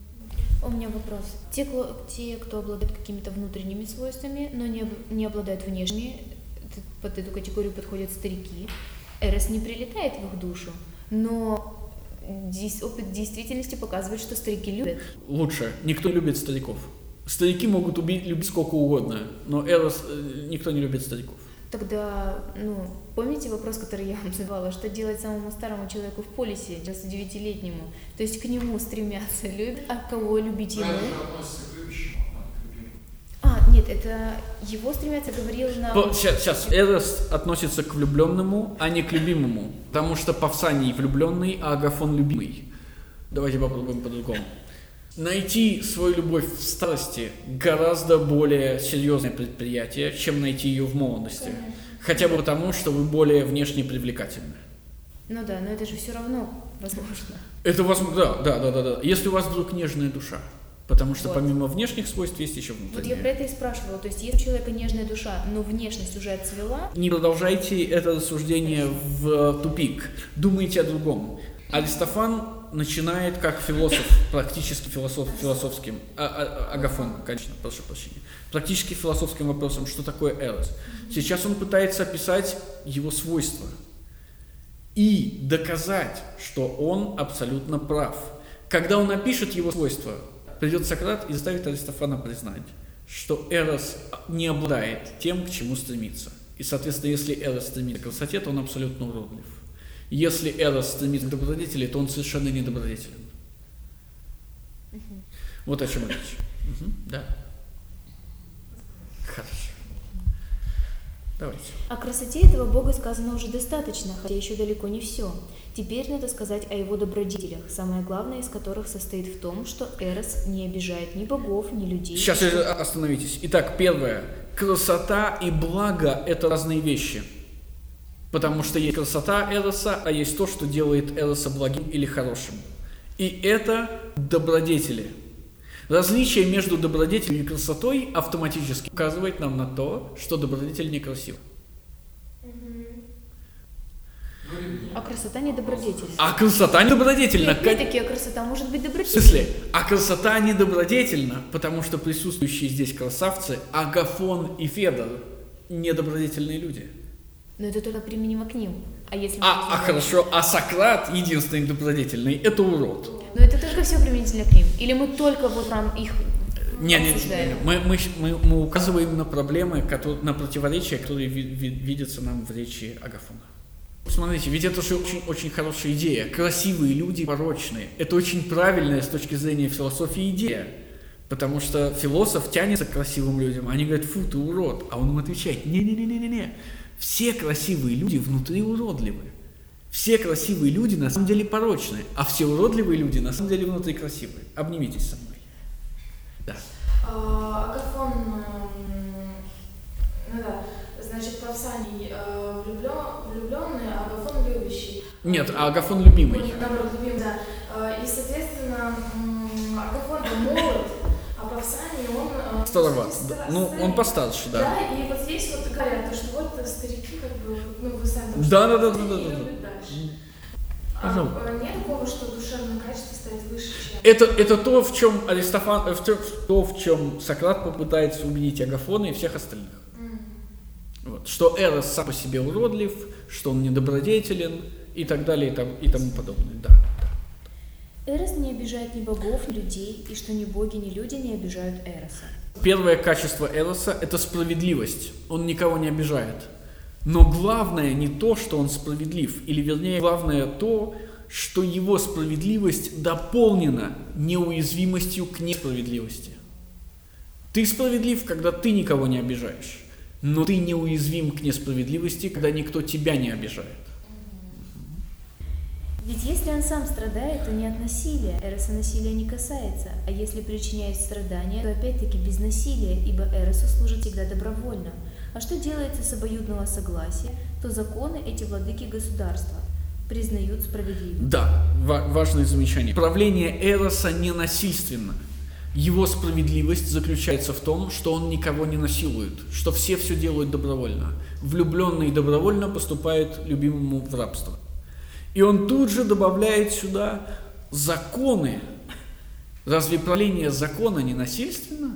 У меня вопрос. Те, кто, те, кто обладает какими-то внутренними свойствами, но не, не обладают внешними, под эту категорию подходят старики. Эрос не прилетает в их душу, но опыт действительности показывает, что старики любят. Лучше. Никто не любит стариков. Старики могут убить, любить сколько угодно, но Эрос, никто не любит стариков. Тогда, ну, помните вопрос, который я вам задавала, что делать самому старому человеку в полисе, девяносто девятилетнему? То есть к нему стремятся, любят, а кого любить ему? А, нет, это его стремятся, говорил на... Сейчас, сейчас. Эрос относится к влюбленному, а не к любимому. Потому что Павсаний влюбленный, а Агафон любимый. Давайте попробуем по-другому. Найти свою любовь в старости гораздо более серьезное предприятие, чем найти ее в молодости. Конечно. Хотя бы потому, что вы более внешне привлекательны. Ну да, но это же все равно возможно. Это возможно, да, да, да, да, да. Если у вас вдруг нежная душа. Потому что Вот. помимо внешних свойств есть еще Вот внутренние. я про это и спрашивала. То есть, если у человека нежная душа, но внешность уже отцвела, Не продолжайте это рассуждение в тупик. Думайте о другом. Аристофан начинает как философ, практически философ, философским, а, а, Агафон, конечно, прошу прощения, практически философским вопросом, что такое эрос. Сейчас он пытается описать его свойства и доказать, что он абсолютно прав. Когда он опишет его свойства, придет Сократ и заставит Аристофана признать, что эрос не обладает тем, к чему стремится. И, соответственно, если эрос стремится к красоте, то он абсолютно уродлив. Если эрос стремится к добродетели, то он совершенно недобродетелен. Угу. Вот о чем речь. Угу. Да. Хорошо. Давайте. О красоте этого Бога сказано уже достаточно, хотя еще далеко не все. Теперь надо сказать о его добродетелях, самое главное из которых состоит в том, что эрос не обижает ни богов, ни людей. Сейчас остановитесь. Итак, первое. Красота и благо – это разные вещи. Потому что есть красота эроса, а есть то, что делает эроса благим или хорошим. И это добродетели. Различие между добродетелью и красотой автоматически указывает нам на то, что добродетель некрасив. А красота не добродетельна. А красота не добродетельна. Нет, опять-таки, а красота может быть В добродетельной. смысле? А красота не добродетельна, потому что присутствующие здесь красавцы, Агафон и Федор, недобродетельные люди. Но это только применимо к ним. А если мы А, а возьмем- хорошо, а Сократ, единственный добродетельный, это урод. Но это только все применительно к ним. Или мы только вот прям их Не, не, не, обсуждаем? не. Мы, мы, мы, мы указываем на проблемы, которые, на противоречия, которые ви- ви- видятся нам в речи Агафона. Смотрите, ведь это же очень, очень хорошая идея. Красивые люди порочные. Это очень правильная с точки зрения философии идея. Потому что философ тянется к красивым людям, они говорят: фу, ты урод. А он им отвечает: не-не-не-не-не. Все красивые люди внутри уродливы. Все красивые люди на самом деле порочные, а все уродливые люди на самом деле внутри красивые. Обнимитесь со мной. Да. А, Агафон, м, ну да, значит, Павсаний э, влюблен, влюбленный, а Агафон любящий. Нет, а Агафон любимый. Ой, наоборот, любимый, да. Э, И, соответственно, м, Агафон молод, а Павсаний, он... э, Староват. стар- Ну, старый. он постарше, да. Да, и вот здесь вот говорят, то, что вот старики, как бы, ну, вы сами там... Да, что да, да, они да, да, да. любят дальше. Пожалуйста. А, э, нет такого, что душевное качество стоит выше, чем... Это, это то, в чем Аристофан, э, в то, то, в чем Сократ попытается убедить Агафона и всех остальных. М. Вот. Что Эрос сам по себе уродлив, что он недобродетелен и так далее и, там, и тому подобное. Да. Эрос не обижает ни богов, ни людей, и что ни боги, ни люди не обижают Эроса. Первое качество Эроса – это справедливость. Он никого не обижает. Но главное не то, что он справедлив, или вернее, главное то, что его справедливость дополнена неуязвимостью к несправедливости. Ты справедлив, когда ты никого не обижаешь, но ты неуязвим к несправедливости, когда никто тебя не обижает. Ведь если он сам страдает, то не от насилия, Эроса насилия не касается, а если причиняет страдания, то опять-таки без насилия, ибо Эросу служит всегда добровольно. А что делается с обоюдного согласия, то законы эти владыки государства признают справедливым. Да, ва- важное замечание. Правление Эроса не насильственно. Его справедливость заключается в том, что он никого не насилует, что все все делают добровольно. Влюбленный добровольно поступает любимому в рабство. И он тут же добавляет сюда законы. Разве правление закона не насильственно?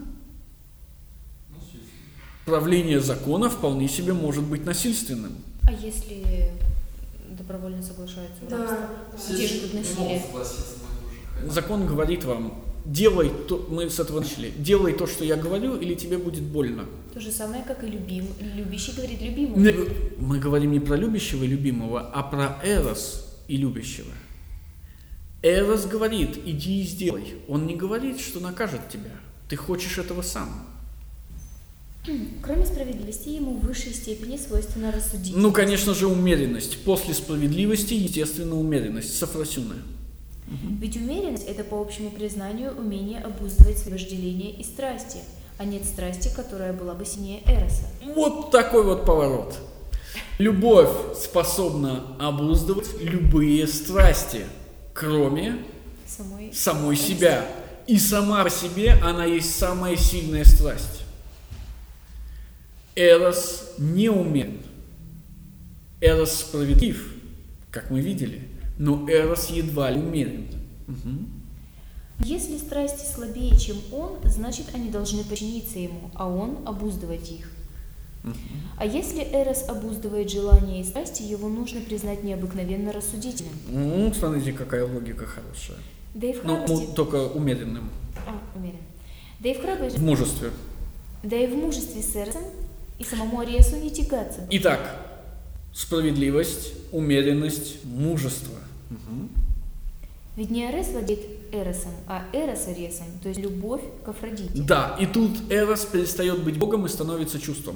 Правление закона вполне себе может быть насильственным. А если добровольно соглашаются в рабство? Да. Где же тут насилие? Закон говорит вам: делай то, мы с этого начали, делай то, что я говорю, или тебе будет больно. То же самое, как и любим. Любящий говорит любимому. Мы говорим не про любящего и любимого, а про Эрос и любящего. Эрос говорит: иди и сделай. Он не говорит, что накажет тебя. Ты хочешь этого сам. Кроме справедливости, ему в высшей степени свойственна рассудительность. Ну, конечно же, умеренность. После справедливости, естественно, умеренность. Софросюна. Ведь умеренность – это, по общему признанию, умение обуздывать свои вожделения и страсти, а нет страсти, которая была бы сильнее эроса. Вот такой вот поворот. Любовь способна обуздывать любые страсти, кроме Самой, самой страсти. себя. И сама по себе она есть самая сильная страсть. Эрос не умерен. Эрос справедлив, как мы видели, но Эрос едва ли умерен. Угу. Если страсти слабее, чем он, значит, они должны подчиниться ему, а он обуздывать их. Угу. А если Эрос обуздывает желания и страсти, его нужно признать необыкновенно рассудительным. Ну, смотрите, какая логика хорошая. Да и в Ну, храбрости... ну, только умеренным. А, умерен. Да и в храбрости... В мужестве. Да и в мужестве с Эросом и самому Аресу не тягаться. Итак, справедливость, умеренность, мужество. Угу. Ведь не Арес владеет Эросом, а Эрос Аресом, то есть любовь к Афродите. Да, и тут Эрос перестает быть Богом и становится чувством.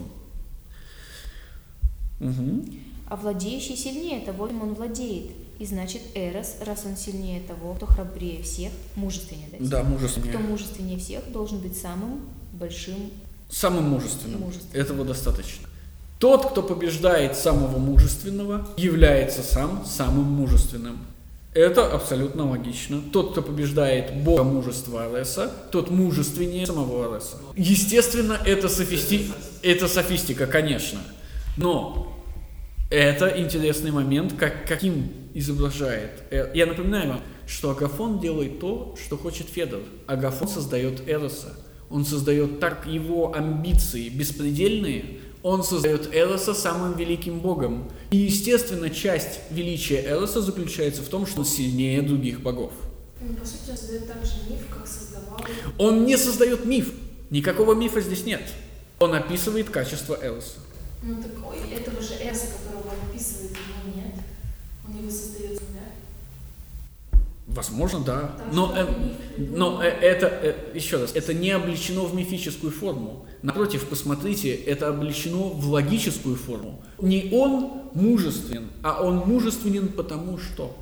Угу. А владеющий сильнее того, чем он владеет. И значит, Эрос, раз он сильнее того, кто храбрее всех, мужественнее. Да, мужественнее. Кто мужественнее всех, должен быть самым большим. Самым мужественным. Мужественным. Этого достаточно. Тот, кто побеждает самого мужественного, является сам самым мужественным. Это абсолютно логично. Тот, кто побеждает бога мужества Ареса, тот мужественнее самого Ареса. Естественно, это, софисти... это софистика, конечно. Но это интересный момент, как, каким изображает. Я напоминаю вам, что Агафон делает то, что хочет Федор. Агафон создает Эроса. Он создает так его амбиции беспредельные, он создает Эроса самым великим богом. И, естественно, часть величия Эроса заключается в том, что он сильнее других богов. Ну, по сути, он создает так же миф, как создавал... Он не создает миф. Никакого мифа здесь нет. Он описывает качество Эроса. Ну, так ой, этого же Эроса, которого он описывает, его нет. Он его создает, да? Возможно, да. Там Но, что-то э, миф, но э, это, э, еще раз, это не облечено в мифическую форму. Напротив, посмотрите, это облечено в логическую форму. Не он мужественен, а он мужественен потому что.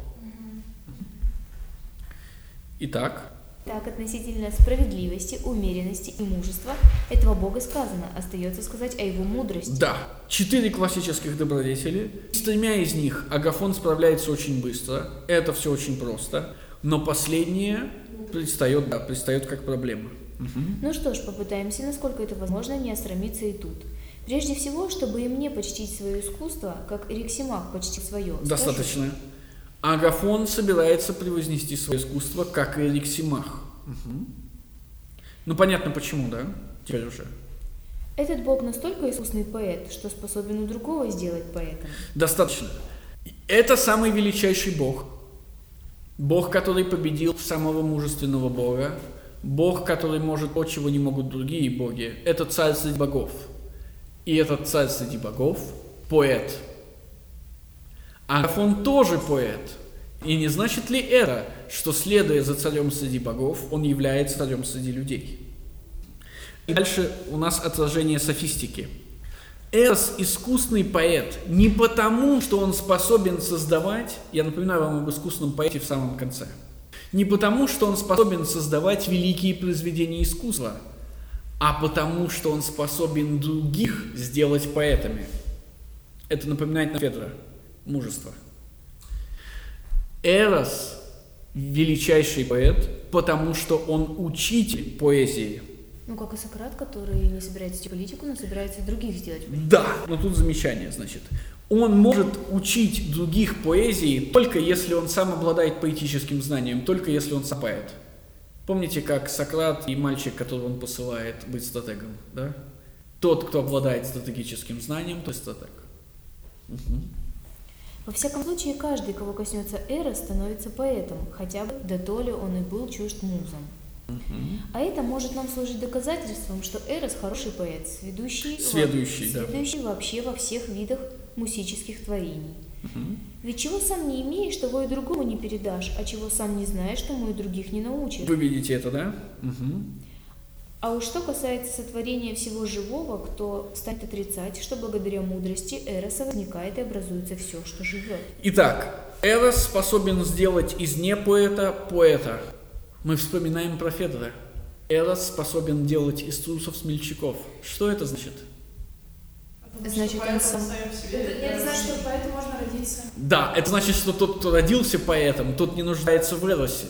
Итак, Так, относительно справедливости, умеренности и мужества этого Бога сказано, остается сказать о его мудрости. да, четыре классических добродетели. С тремя из них Агафон справляется очень быстро. Это все очень просто. Но последнее предстает, да, предстает как проблема. Угу. Ну что ж, попытаемся, насколько это возможно, не осрамиться и тут. Прежде всего, чтобы и мне почтить свое искусство, как Эриксимах почтил свое. Достаточно. Агафон собирается превознести свое искусство, как и Эриксимах. Угу. Ну, понятно почему, да? Теперь уже. Этот Бог настолько искусный поэт, что способен у другого сделать поэтом. Достаточно. Это самый величайший Бог. Бог, который победил самого мужественного Бога. Бог, который может то, чего не могут другие боги. Это царь среди богов. И этот царь среди богов – поэт. Агафон тоже поэт. И не значит ли это, что, следуя за царем среди богов, он является царем среди людей? И дальше у нас отражение софистики. Эрос – искусный поэт не потому, что он способен создавать, я напоминаю вам об искусном поэте в самом конце, не потому, что он способен создавать великие произведения искусства, а потому, что он способен других сделать поэтами. Это напоминает на Федора мужество. Эрос – величайший поэт, потому что он учитель поэзии. Ну, как и Сократ, который не собирается вести политику, но собирается других сделать политику. Да, но тут замечание, значит. Он может учить других поэзии только если он сам обладает поэтическим знанием, только если он сам поэт. Помните, как Сократ и мальчик, которого он посылает быть стратегом, да? Тот, кто обладает стратегическим знанием, тот стратег. Угу. Во всяком случае, каждый, кого коснется Эрос, становится поэтом, хотя бы да то ли он и был чужд музам. Угу. А это может нам служить доказательством, что Эрос хороший поэт, сведущий, Сведущий, во, да. сведущий вообще во всех видах мусических творений. Угу. Ведь чего сам не имеешь, того и другому не передашь, а чего сам не знаешь, тому и других не научишь. Вы видите это, да? Угу. А уж что касается сотворения всего живого, кто станет отрицать, что благодаря мудрости Эроса возникает и образуется все, что живет. Итак, Эрос способен сделать из непоэта поэта. Мы вспоминаем про Федора. Эрос способен делать из трусов смельчаков. Что это значит? Значит, он сам... Это не значит, что поэтому можно родиться. Да, это значит, что тот, кто родился поэтом, тот не нуждается в Эросе.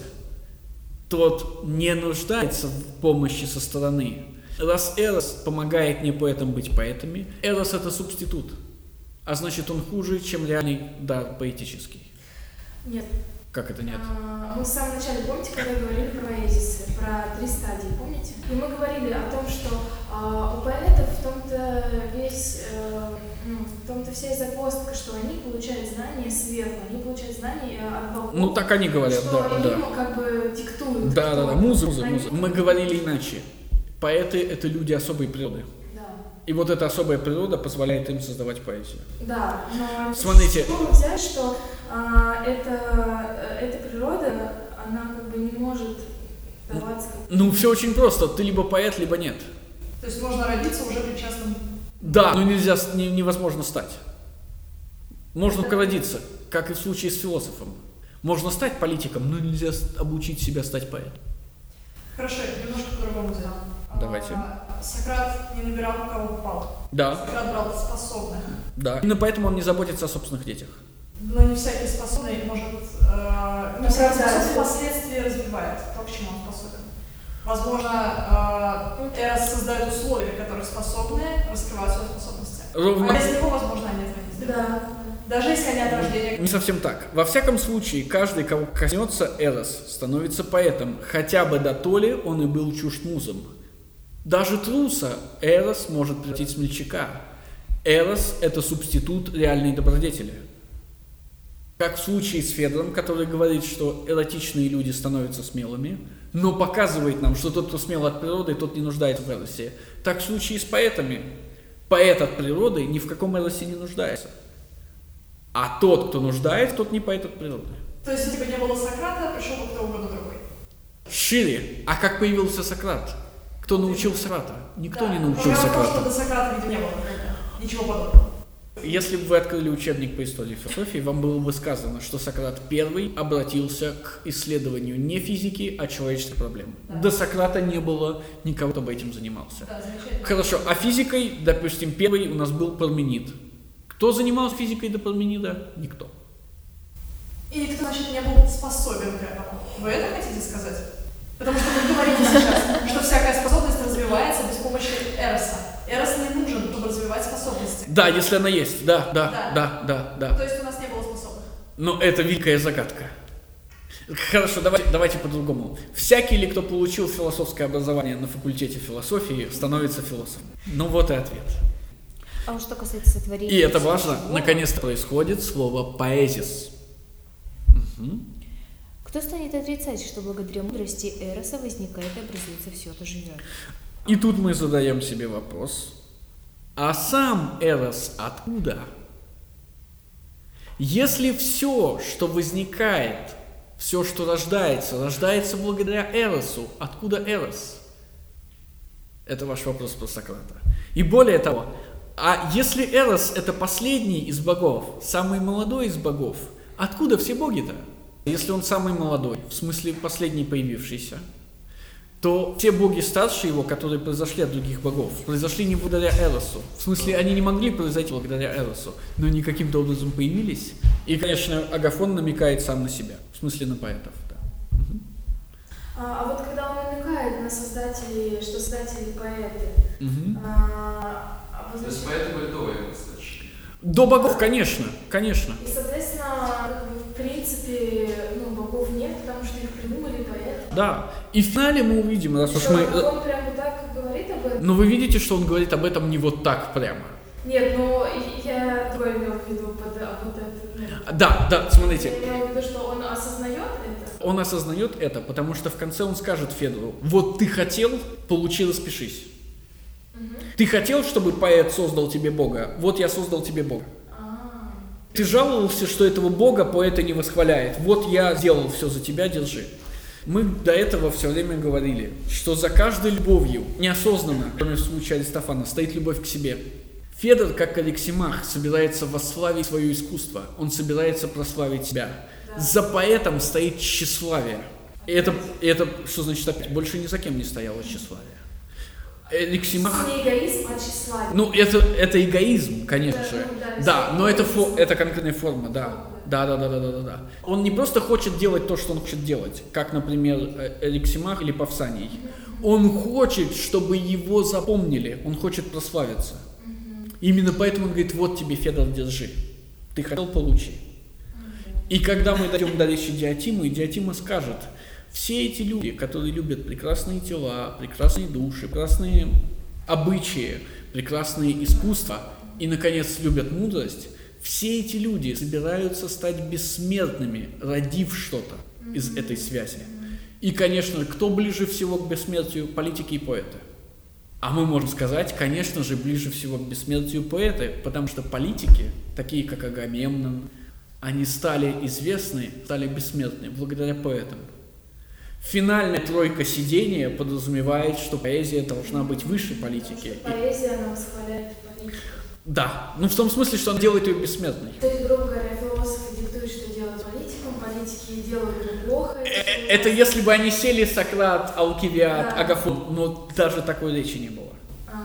Тот не нуждается в помощи со стороны. Раз Эрос помогает не поэтам быть поэтами, Эрос — это субститут. А значит, он хуже, чем реальный дар поэтический. Нет. Как это нет? А, мы в самом начале, помните, когда говорили про эзисы, про три стадии, помните? И мы говорили о том, что а, у поэтов в том-то весь, э, ну, в том-то вся и загвоздка, что они получают знания сверху, они получают знания от богов. Ну, так они говорят, что да, им да. как бы диктуют. Да, да, да, кто- муза, муза, они- муза. Мы говорили иначе. Поэты — это люди особой природы. Да. И вот эта особая природа позволяет им создавать поэзию. Да, но Смотрите. что взять, что а, эта, эта природа, она как бы не может даваться. как- Ну, все очень просто. Ты либо поэт, либо нет. То есть можно родиться уже причастным. Да, но нельзя, с- не- невозможно стать. Можно только родиться, как и в случае с философом. Можно стать политиком, но нельзя с- обучить себя стать поэтом. Хорошо, немножко по-другому сделаем. Давайте. А, Сократ не набирал, у кого попал. Да, Сократ брал способных. да. Именно поэтому он не заботится о собственных детях. Но не всякий способный может... Э, не всякий Оправдать. способный впоследствии развивает то, к чему он способен. Возможно, э, Эрос создает условия, которые способны раскрывать свои способности. Ровно. А без него, возможно, они этого не сделают. Да. Даже если они от рождения... Не совсем так. Во всяком случае, каждый, кого коснется Эрос, становится поэтом, хотя бы дотоле он и был чужд музам. Даже труса Эрос может превратить в смельчака. Эрос – это субститут реальной добродетели. Как в случае с Федором, который говорит, что эротичные люди становятся смелыми, но показывает нам, что тот, кто смел от природы, тот не нуждается в Эросе. Так в случае с поэтами. Поэт от природы ни в каком Эросе не нуждается. А тот, кто нуждается, тот не поэт от природы. То есть, если бы не было Сократа, пришел бы кто угодно другой. Шире. А как появился Сократ? Кто научил Сократа? Никто Да. не научил Проблема в том, что Сократа. до Сократа, видимо, не было никогда. Ничего подобного. Если бы вы открыли учебник по истории философии, вам было бы сказано, что Сократ первый обратился к исследованию не физики, а человеческих проблем. Да. До Сократа не было никого, кто бы этим занимался. Да, замечательно. Хорошо, а физикой, допустим, первый у нас был Парменид. Кто занимался физикой до Парменида? Никто. И никто, значит, не был способен к этому. Вы это хотите сказать? Потому что вы говорите сейчас, что всякая способность развивается без помощи Эроса. Эрос не нужен, чтобы развивать способности. Да, если она есть, да, да, Да. да, да, да. То есть у нас не было способных. Но это великая загадка. Хорошо, давайте, давайте по-другому. Всякий ли, кто получил философское образование на факультете философии, становится философом? Ну вот и ответ. А уж что касается сотворения... И это всего важно, живого, наконец-то происходит слово «поэзис». Мгм. Кто станет отрицать, что благодаря мудрости Эроса возникает и образуется все, что живет? И тут мы задаем себе вопрос, а сам Эрос откуда? Если все, что возникает, все, что рождается, рождается благодаря Эросу, откуда Эрос? Это ваш вопрос про Сократа. И более того, а если Эрос – это последний из богов, самый молодой из богов, откуда все боги-то? Если он самый молодой, в смысле последний появившийся, то все боги старше его, которые произошли от других богов, произошли не благодаря Эросу. В смысле, они не могли произойти благодаря Эросу, но они каким-то образом появились. И, конечно, Агафон намекает сам на себя, в смысле на поэтов. Да. Мгм. А, а вот когда он намекает на создателей, что создатели поэты, Мгм. а, То есть обозначает- поэтому были до Эроса. До богов, конечно, конечно. и, соответственно, как бы, в принципе, ну, богов нет, потому что их придумали поэты. Да. И в финале мы увидим, раз уж Что, мы... он прям вот так говорит об этом? Но вы видите, что он говорит об этом не вот так прямо. Нет, но я другое имел в виду под а, вот это. ну, Да, да, смотрите. Я имела в виду, что он осознает это. Он осознает это, потому что в конце он скажет Федору: вот ты хотел, получи, распишись. Ты хотел, чтобы поэт создал тебе Бога? Вот я создал тебе Бога. А, Ты жаловался, что этого Бога поэта не восхваляет. Вот я сделал все за тебя, держи. Мы до этого все время говорили, что за каждой любовью, неосознанно, кроме в случае Аристофана, стоит любовь к себе. Федор, как Алексимах, собирается восславить свое искусство, он собирается прославить себя. За поэтом стоит тщеславие. И это, и это, что значит, опять, больше ни за кем не стояло тщеславие. Алексимах... Не эгоизм, а тщеславие. Ну, это, это эгоизм, конечно Да, же. ну, да, Да, но это, эгоизм. фо, это конкретная форма, да. Да, да, да, да, да, да, да. Он не просто хочет делать то, что он хочет делать, как, например, Алексимах или Павсаний. Он хочет, чтобы его запомнили, он хочет прославиться. Именно поэтому он говорит: вот тебе, Федор, держи. Ты хотел — получи. И когда мы дойдем до речи Диотимы, Диотима скажет: все эти люди, которые любят прекрасные тела, прекрасные души, прекрасные обычаи, прекрасные искусства и, наконец, любят мудрость, все эти люди собираются стать бессмертными, родив что-то из этой связи. И, конечно, кто ближе всего к бессмертию? Политики и поэты. А мы можем сказать, конечно же, ближе всего к бессмертию поэты, потому что политики, такие как Агамемнон, они стали известны, стали бессмертны благодаря поэтам. Финальная тройка сидения подразумевает, что поэзия должна быть выше политики. Поэзия, она восхваляет политику. Да, ну в том смысле, что она делает ее бессмертной. То есть, грубо говоря, философы диктуют, что делать политикам, политики делают это плохо. Э, Это если бы они сели, Сократ, Алкивиад, Да. Агафон, но даже такой речи не было.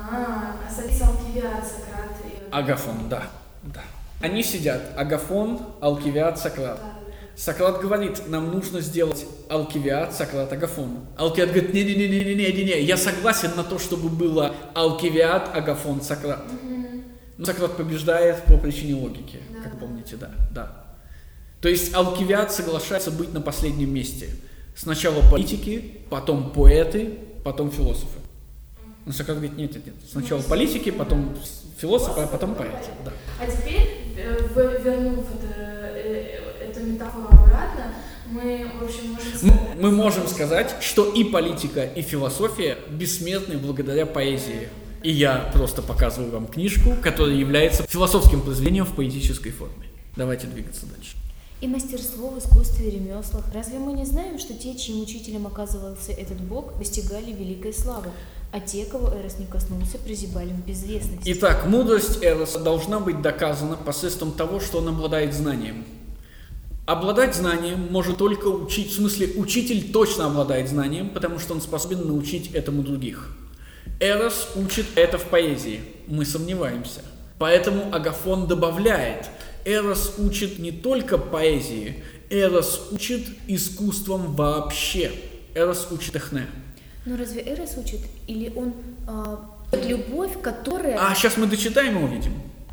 А, а садится Алкивиад, Сократ и... Агафон, да, да. Они сидят, Агафон, Алкивиад, Сократ. Да. Сократ говорит: нам нужно сделать Алкивиад, Сократ, Агафон. Алкивиад говорит: не-не-не-не-не-не, я согласен на то, чтобы было Алкивиад, Агафон, Сократ. Но Сократ побеждает по причине логики, Да. как помните, да, да. То есть Алкивиад соглашается быть на последнем месте. Сначала политики, потом поэты, потом философы. Но Сократ говорит: нет, нет, нет. Сначала политики, потом философы, а потом поэты. Да. А теперь, э, в- вернув это, э, эту метафору обратно, мы, в общем, можем М- сказать... Мы можем сказать, что и политика, и философия бессмертны благодаря поэзии. И я просто показываю вам книжку, которая является философским произведением в поэтической форме. Давайте двигаться дальше. И мастерство в искусстве и ремеслах. Разве мы не знаем, что те, чьим учителем оказывался этот Бог, достигали великой славы, а те, кого Эрос не коснулся, прозябали в безвестности? Итак, мудрость Эроса должна быть доказана посредством того, что он обладает знанием. Обладать знанием может только учить, в смысле, учитель точно обладает знанием, потому что он способен научить этому других. Эрос учит это в поэзии, мы сомневаемся. Поэтому Агафон добавляет: Эрос учит не только поэзии, Эрос учит искусством вообще. Эрос учит эхне. Но разве Эрос учит? Или он а, любовь, которая... А сейчас мы дочитаем и увидим.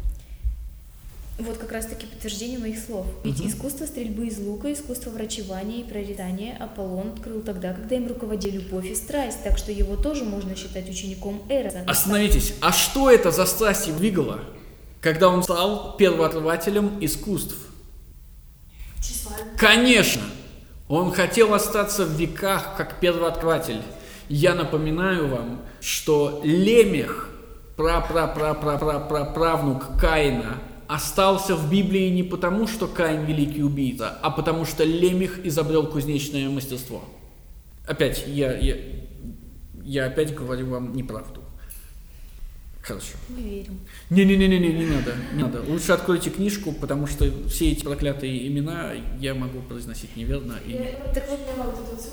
Вот как раз-таки подтверждение моих слов. Ведь Мгм. искусство стрельбы из лука, искусство врачевания и прорицания Аполлон открыл тогда, когда им руководили любовь и страсть, так что его тоже можно считать учеником Эроса. Остановитесь, а что это за страсть его двигала, когда он стал первооткрывателем искусств? Тщеславие. Конечно, он хотел остаться в веках как первооткрыватель. Я напоминаю вам, что Лемех, пра-пра-пра-пра-пра-правнук Каина, остался в Библии не потому, что Каин великий убийца, а потому что Лемех изобрел кузнечное мастерство. Опять, я, я, я опять говорю вам неправду. Хорошо. Мы верим. Не-не-не-не, не надо, не надо. Лучше откройте книжку, потому что все эти проклятые имена я могу произносить неверно. И... Я- Так вот, мне вот это вот всё.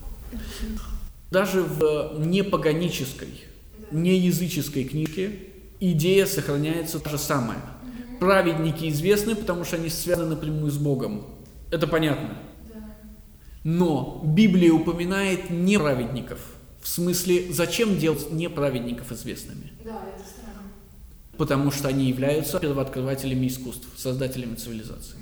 Даже в непаганической, неязыческой книжке идея сохраняется та же самая. Праведники известны, потому что они связаны напрямую с Богом. Это понятно. Да. Но Библия упоминает неправедников. В смысле, зачем делать неправедников известными? Да, это странно. Потому что они являются первооткрывателями искусств, создателями цивилизации.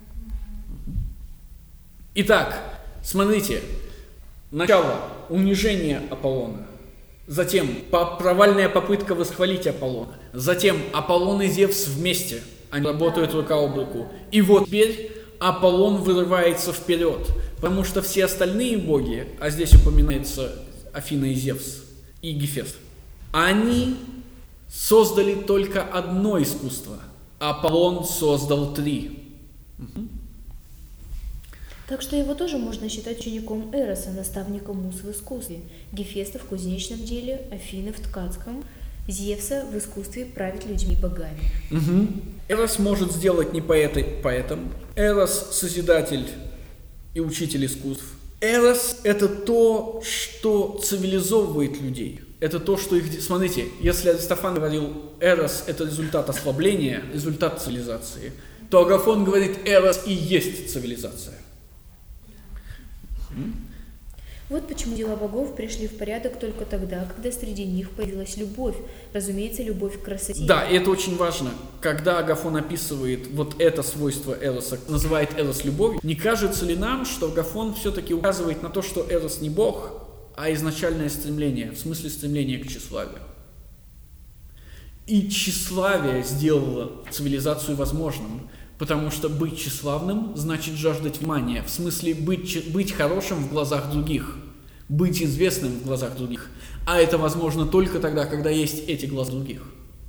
Итак, смотрите. Начало – унижение Аполлона. Затем по- провальная попытка восхвалить Аполлона. Затем Аполлон и Зевс вместе. Они работают рука об руку. И вот теперь Аполлон вырывается вперед. Потому что все остальные боги, а здесь упоминается Афина и Зевс, и Гефест, они создали только одно искусство. Аполлон создал три. Мгм. Так что его тоже можно считать учеником Эроса, наставником Мус в искусстве, Гефеста в кузнечном деле, Афины в ткацком, Зевса в искусстве править людьми и богами. Угу. Эрос может сделать не поэты поэтом. Эрос – созидатель и учитель искусств. Эрос – это то, что цивилизовывает людей. Это то, что их... Смотрите, если Аристофан говорил, Эрос – это результат ослабления, результат цивилизации, то Агафон говорит, Эрос и есть цивилизация. Вот почему дела богов пришли в порядок только тогда, когда среди них появилась любовь, разумеется, любовь к красоте. Да, и это очень важно. Когда Агафон описывает вот это свойство Эроса, называет Эрос любовью, не кажется ли нам, что Агафон все-таки указывает на то, что Эрос не бог, а изначальное стремление, в смысле стремления к тщеславию? И тщеславие сделало цивилизацию возможным, потому что быть тщеславным значит жаждать внимания, в смысле быть, быть хорошим в глазах других, быть известным в глазах других. А это возможно только тогда, когда есть эти глаза других.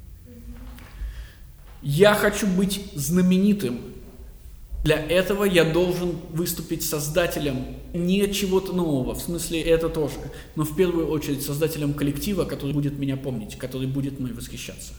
Я хочу быть знаменитым. Для этого я должен выступить создателем не чего-то нового, в смысле это тоже, но в первую очередь создателем коллектива, который будет меня помнить, который будет мной восхищаться.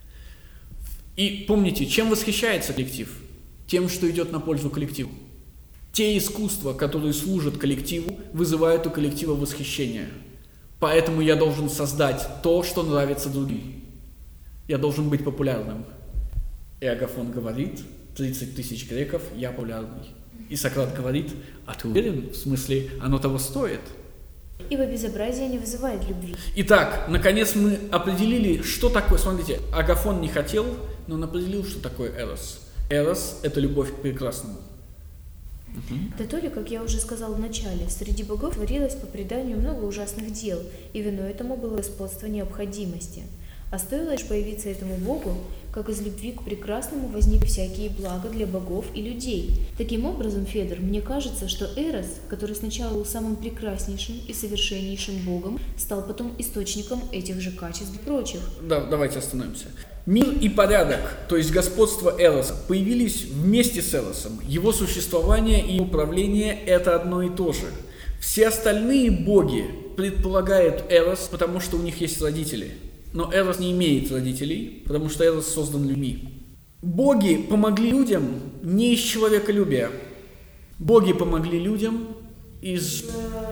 И помните, чем восхищается коллектив? Тем, что идет на пользу коллективу. Те искусства, которые служат коллективу, вызывают у коллектива восхищение. Поэтому я должен создать то, что нравится другим. Я должен быть популярным. И Агафон говорит, тридцать тысяч греков, я популярный. И Сократ говорит, а ты уверен? В смысле, оно того стоит? Ибо безобразие не вызывает любви. Итак, наконец мы определили, что такое... Смотрите, Агафон не хотел, но он определил, что такое Эрос. Эрос – это любовь к прекрасному. Угу. Да то ли, как я уже сказал в начале, среди богов творилось по преданию много ужасных дел, и виной этому было господство необходимости. А стоило лишь появиться этому богу, как из любви к прекрасному возникли всякие блага для богов и людей. Таким образом, Федор, мне кажется, что Эрос, который сначала был самым прекраснейшим и совершеннейшим богом, стал потом источником этих же качеств для прочих. Да, давайте остановимся. Мир и порядок, то есть господство Эроса, появились вместе с Эросом. Его существование и управление – это одно и то же. Все остальные боги предполагают Эрос, потому что у них есть родители. Но Эрос не имеет родителей, потому что Эрос создан людьми. Боги помогли людям не из человеколюбия. Боги помогли людям из,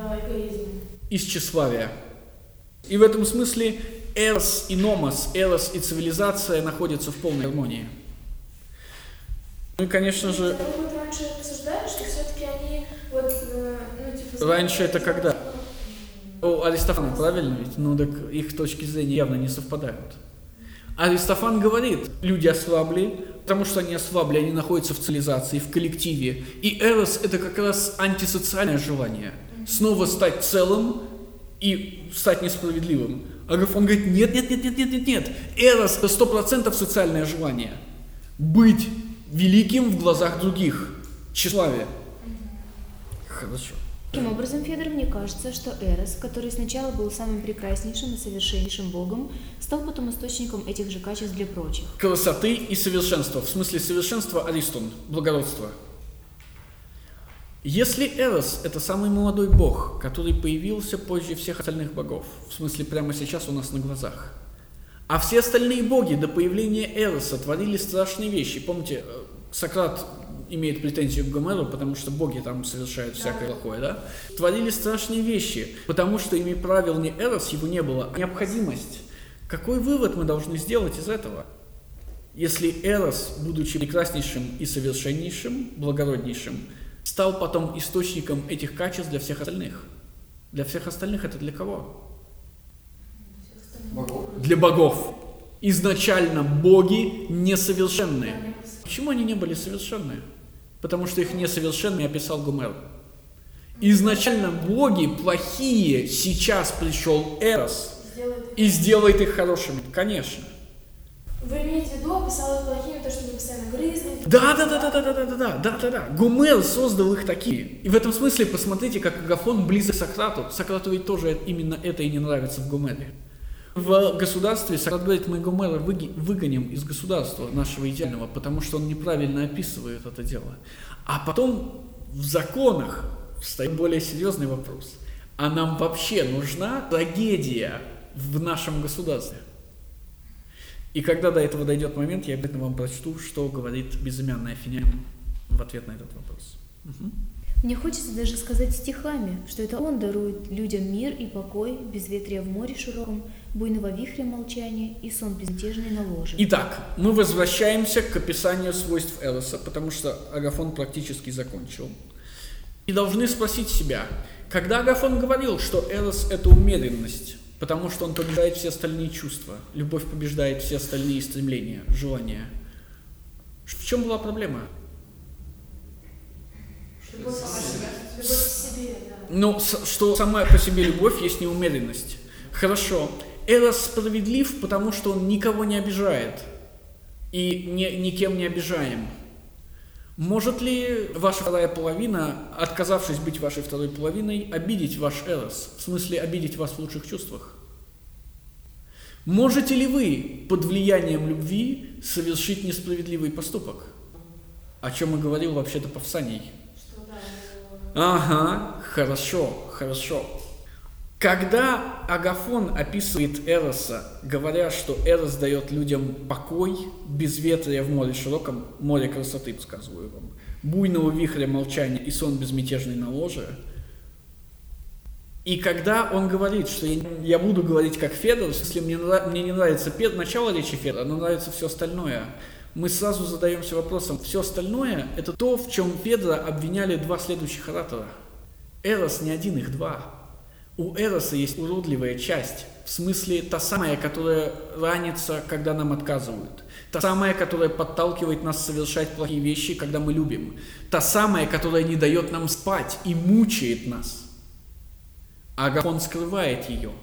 из тщеславия. И в этом смысле Эрос и Номос, Эрос и цивилизация находятся в полной гармонии. Ну и, конечно же... Мы раньше обсуждали, что все-таки они вот, ну, типа... Раньше это когда? О, Аристофан, правильно ведь? Ну так их точки зрения явно не совпадают. Аристофан говорит, люди ослабли, потому что они ослабли, они находятся в цивилизации, в коллективе. И Эрос – это как раз антисоциальное желание. Снова стать целым и стать несправедливым. Агафон говорит, нет, нет, нет, нет, нет, нет, нет. Эрос – это сто процентов социальное желание. Быть великим в глазах других. Тщеславие. Хорошо. Таким образом, Федор, мне кажется, что Эрос, который сначала был самым прекраснейшим и совершеннейшим богом, стал потом источником этих же качеств для прочих. Красоты и совершенства. В смысле совершенства Аристон, благородство. Если Эрос – это самый молодой бог, который появился позже всех остальных богов, в смысле прямо сейчас у нас на глазах, а все остальные боги до появления Эроса творили страшные вещи. Помните, Сократ имеет претензию к Гомеру, потому что боги там совершают всякое плохое, да? Творили страшные вещи, потому что ими правил не Эрос, его не было, а необходимость. Какой вывод мы должны сделать из этого? Если Эрос, будучи прекраснейшим и совершеннейшим, благороднейшим, стал потом источником этих качеств для всех остальных. Для всех остальных это для кого? Богов. Для богов. Изначально боги несовершенные. Почему они не были совершенные? Потому что их несовершенные описал Гомер. Изначально боги плохие, сейчас пришел Эрос и сделает их хорошими. Конечно. Вы имеете в виду, описал их плохими, то, что они постоянно грызли? Да, да, да, да, да, да, да, да, да, да, да. Гомер создал их такие. И в этом смысле посмотрите, как Агафон близок к Сократу. Сократу ведь тоже именно это и не нравится в Гомере. В государстве Сократ говорит, мы Гомера выгоним из государства нашего идеального, потому что он неправильно описывает это дело. А потом в законах встает более серьезный вопрос. А нам вообще нужна трагедия в нашем государстве? И когда до этого дойдет момент, я обязательно вам прочту, что говорит безымянный Афинян в ответ на этот вопрос. Угу. Мне хочется даже сказать стихами, что это он дарует людям мир и покой, безветрие в море широком, буйного вихря молчания и сон безмятежный на ложе. Итак, мы возвращаемся к описанию свойств Эроса, потому что Агафон практически закончил. И должны спросить себя, когда Агафон говорил, что Эрос – это умеренность, потому что он побеждает все остальные чувства, любовь побеждает все остальные стремления, желания, в чем была проблема? Любовь к себе, да. Но что сама по себе любовь есть неумеренность. Хорошо. Эрос справедлив, потому что он никого не обижает и ни, никем не обижаем. Может ли ваша вторая половина, отказавшись быть вашей второй половиной, обидеть ваш Эрос? В смысле, обидеть вас в лучших чувствах? Можете ли вы под влиянием любви совершить несправедливый поступок? О чем и говорил вообще-то Павсаний. Ага, хорошо, хорошо. Когда Агафон описывает Эроса, говоря, что Эрос дает людям покой, безветрие в море широком, море красоты, сказываю вам, буйного вихря молчания и сон безмятежный на ложе, и когда он говорит, что я, я буду говорить как Федор, если мне, мне не нравится пер, начало речи Федора, но нравится все остальное, мы сразу задаемся вопросом, все остальное – это то, в чем Федора обвиняли два следующих оратора. Эрос не один, их два. У Эроса есть уродливая часть, в смысле та самая, которая ранится, когда нам отказывают. Та самая, которая подталкивает нас совершать плохие вещи, когда мы любим. Та самая, которая не дает нам спать и мучает нас. Агафон скрывает ее.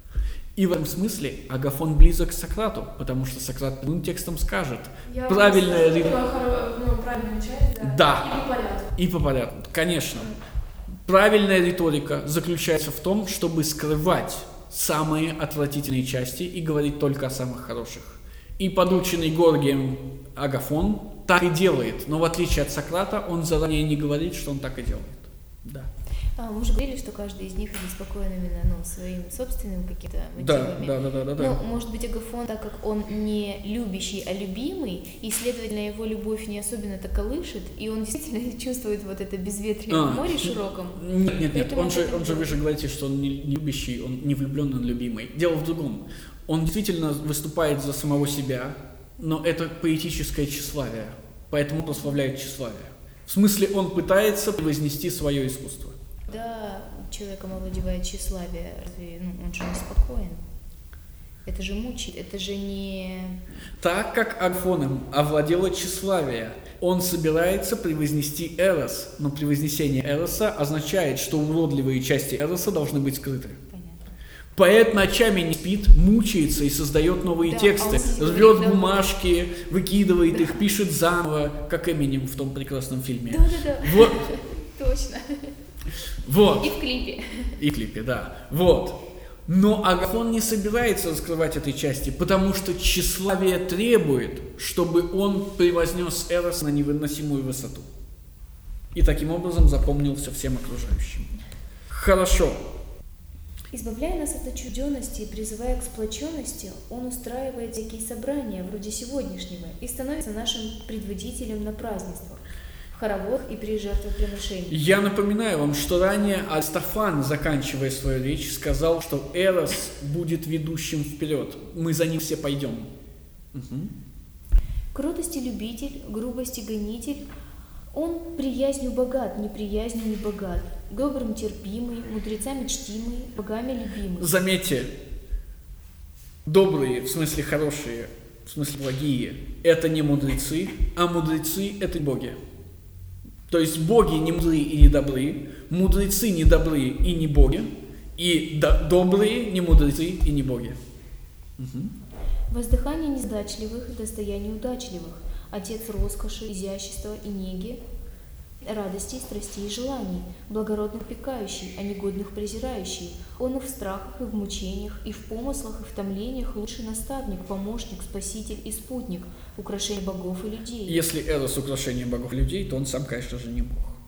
И в этом смысле Агафон близок к Сократу, потому что Сократ прямым текстом скажет Я правильная ри... ну, правильную часть, да. Да. И по порядку. И по порядку, конечно. Правильная риторика заключается в том, чтобы скрывать самые отвратительные части и говорить только о самых хороших. И подученный Горгием Агафон так и делает, но в отличие от Сократа, он заранее не говорит, что он так и делает. Да. А, мы уже говорили, что каждый из них обеспокоен именно ну, своим собственным каким-то Да, мотивами. да, да, да, да, да. Ну, может быть, Агафон, так как он не любящий, а любимый, и, следовательно, его любовь не особенно-то колышет, и он действительно чувствует вот это безветрие А, в море широком. Нет, нет, нет, Поэтому он же, это он же, вы же делает. говорите, что он не не любящий, он не влюбленный, он любимый. Дело в другом. Он действительно выступает за самого себя, но это поэтическое тщеславие, поэтому он прославляет тщеславие. В смысле, он пытается вознести свое искусство. Да, человеком овладевает тщеславие, разве ну, он же не спокоен? Это же мучает, это же не... Так как Агафоном овладело тщеславие, он собирается превознести Эрос, но превознесение Эроса означает, что уродливые части Эроса должны быть скрыты. Понятно. Поэт ночами не спит, мучается и создает новые Да, тексты, а он сидит рвет дома. бумажки, выкидывает Да. их, пишет заново, как Эминем в том прекрасном фильме. Да-да-да, Вот, точно. вот. И в клипе. И в клипе, да. Вот. Но Агафон не собирается раскрывать этой части, потому что тщеславие требует, чтобы он превознес Эрос на невыносимую высоту. И таким образом запомнился всем окружающим. Хорошо. Избавляя нас от отчужденности и призывая к сплоченности, он устраивает всякие собрания, вроде сегодняшнего, и становится нашим предводителем на празднествах, в хороводах и при жертвоприношениях. Я напоминаю вам, что ранее Аристофан, заканчивая свою речь, сказал, что Эрос будет ведущим вперед. Мы за ним все пойдем. Угу. Кротости любитель, грубости гонитель, он приязнью богат, неприязнью не богат, добрым терпимый, мудрецами чтимый, богами любимый. Заметьте, добрые, в смысле хорошие, в смысле благие, это не мудрецы, а мудрецы – это боги. То есть боги не мудрые и не добрые, мудрецы не добрые и не боги, и до- добрые не мудрецы и не боги. Угу. Воздыхание несдачливых, достояние удачливых, отец роскоши, изящества и неги, радостей, страстей и желаний, благородных пекающий, а негодных презирающий, он и в страхах, и в мучениях, и в помыслах, и в томлениях лучший наставник, помощник, спаситель и спутник, украшение богов и людей. Если Эрос украшение богов и людей, то он сам, конечно же, не бог.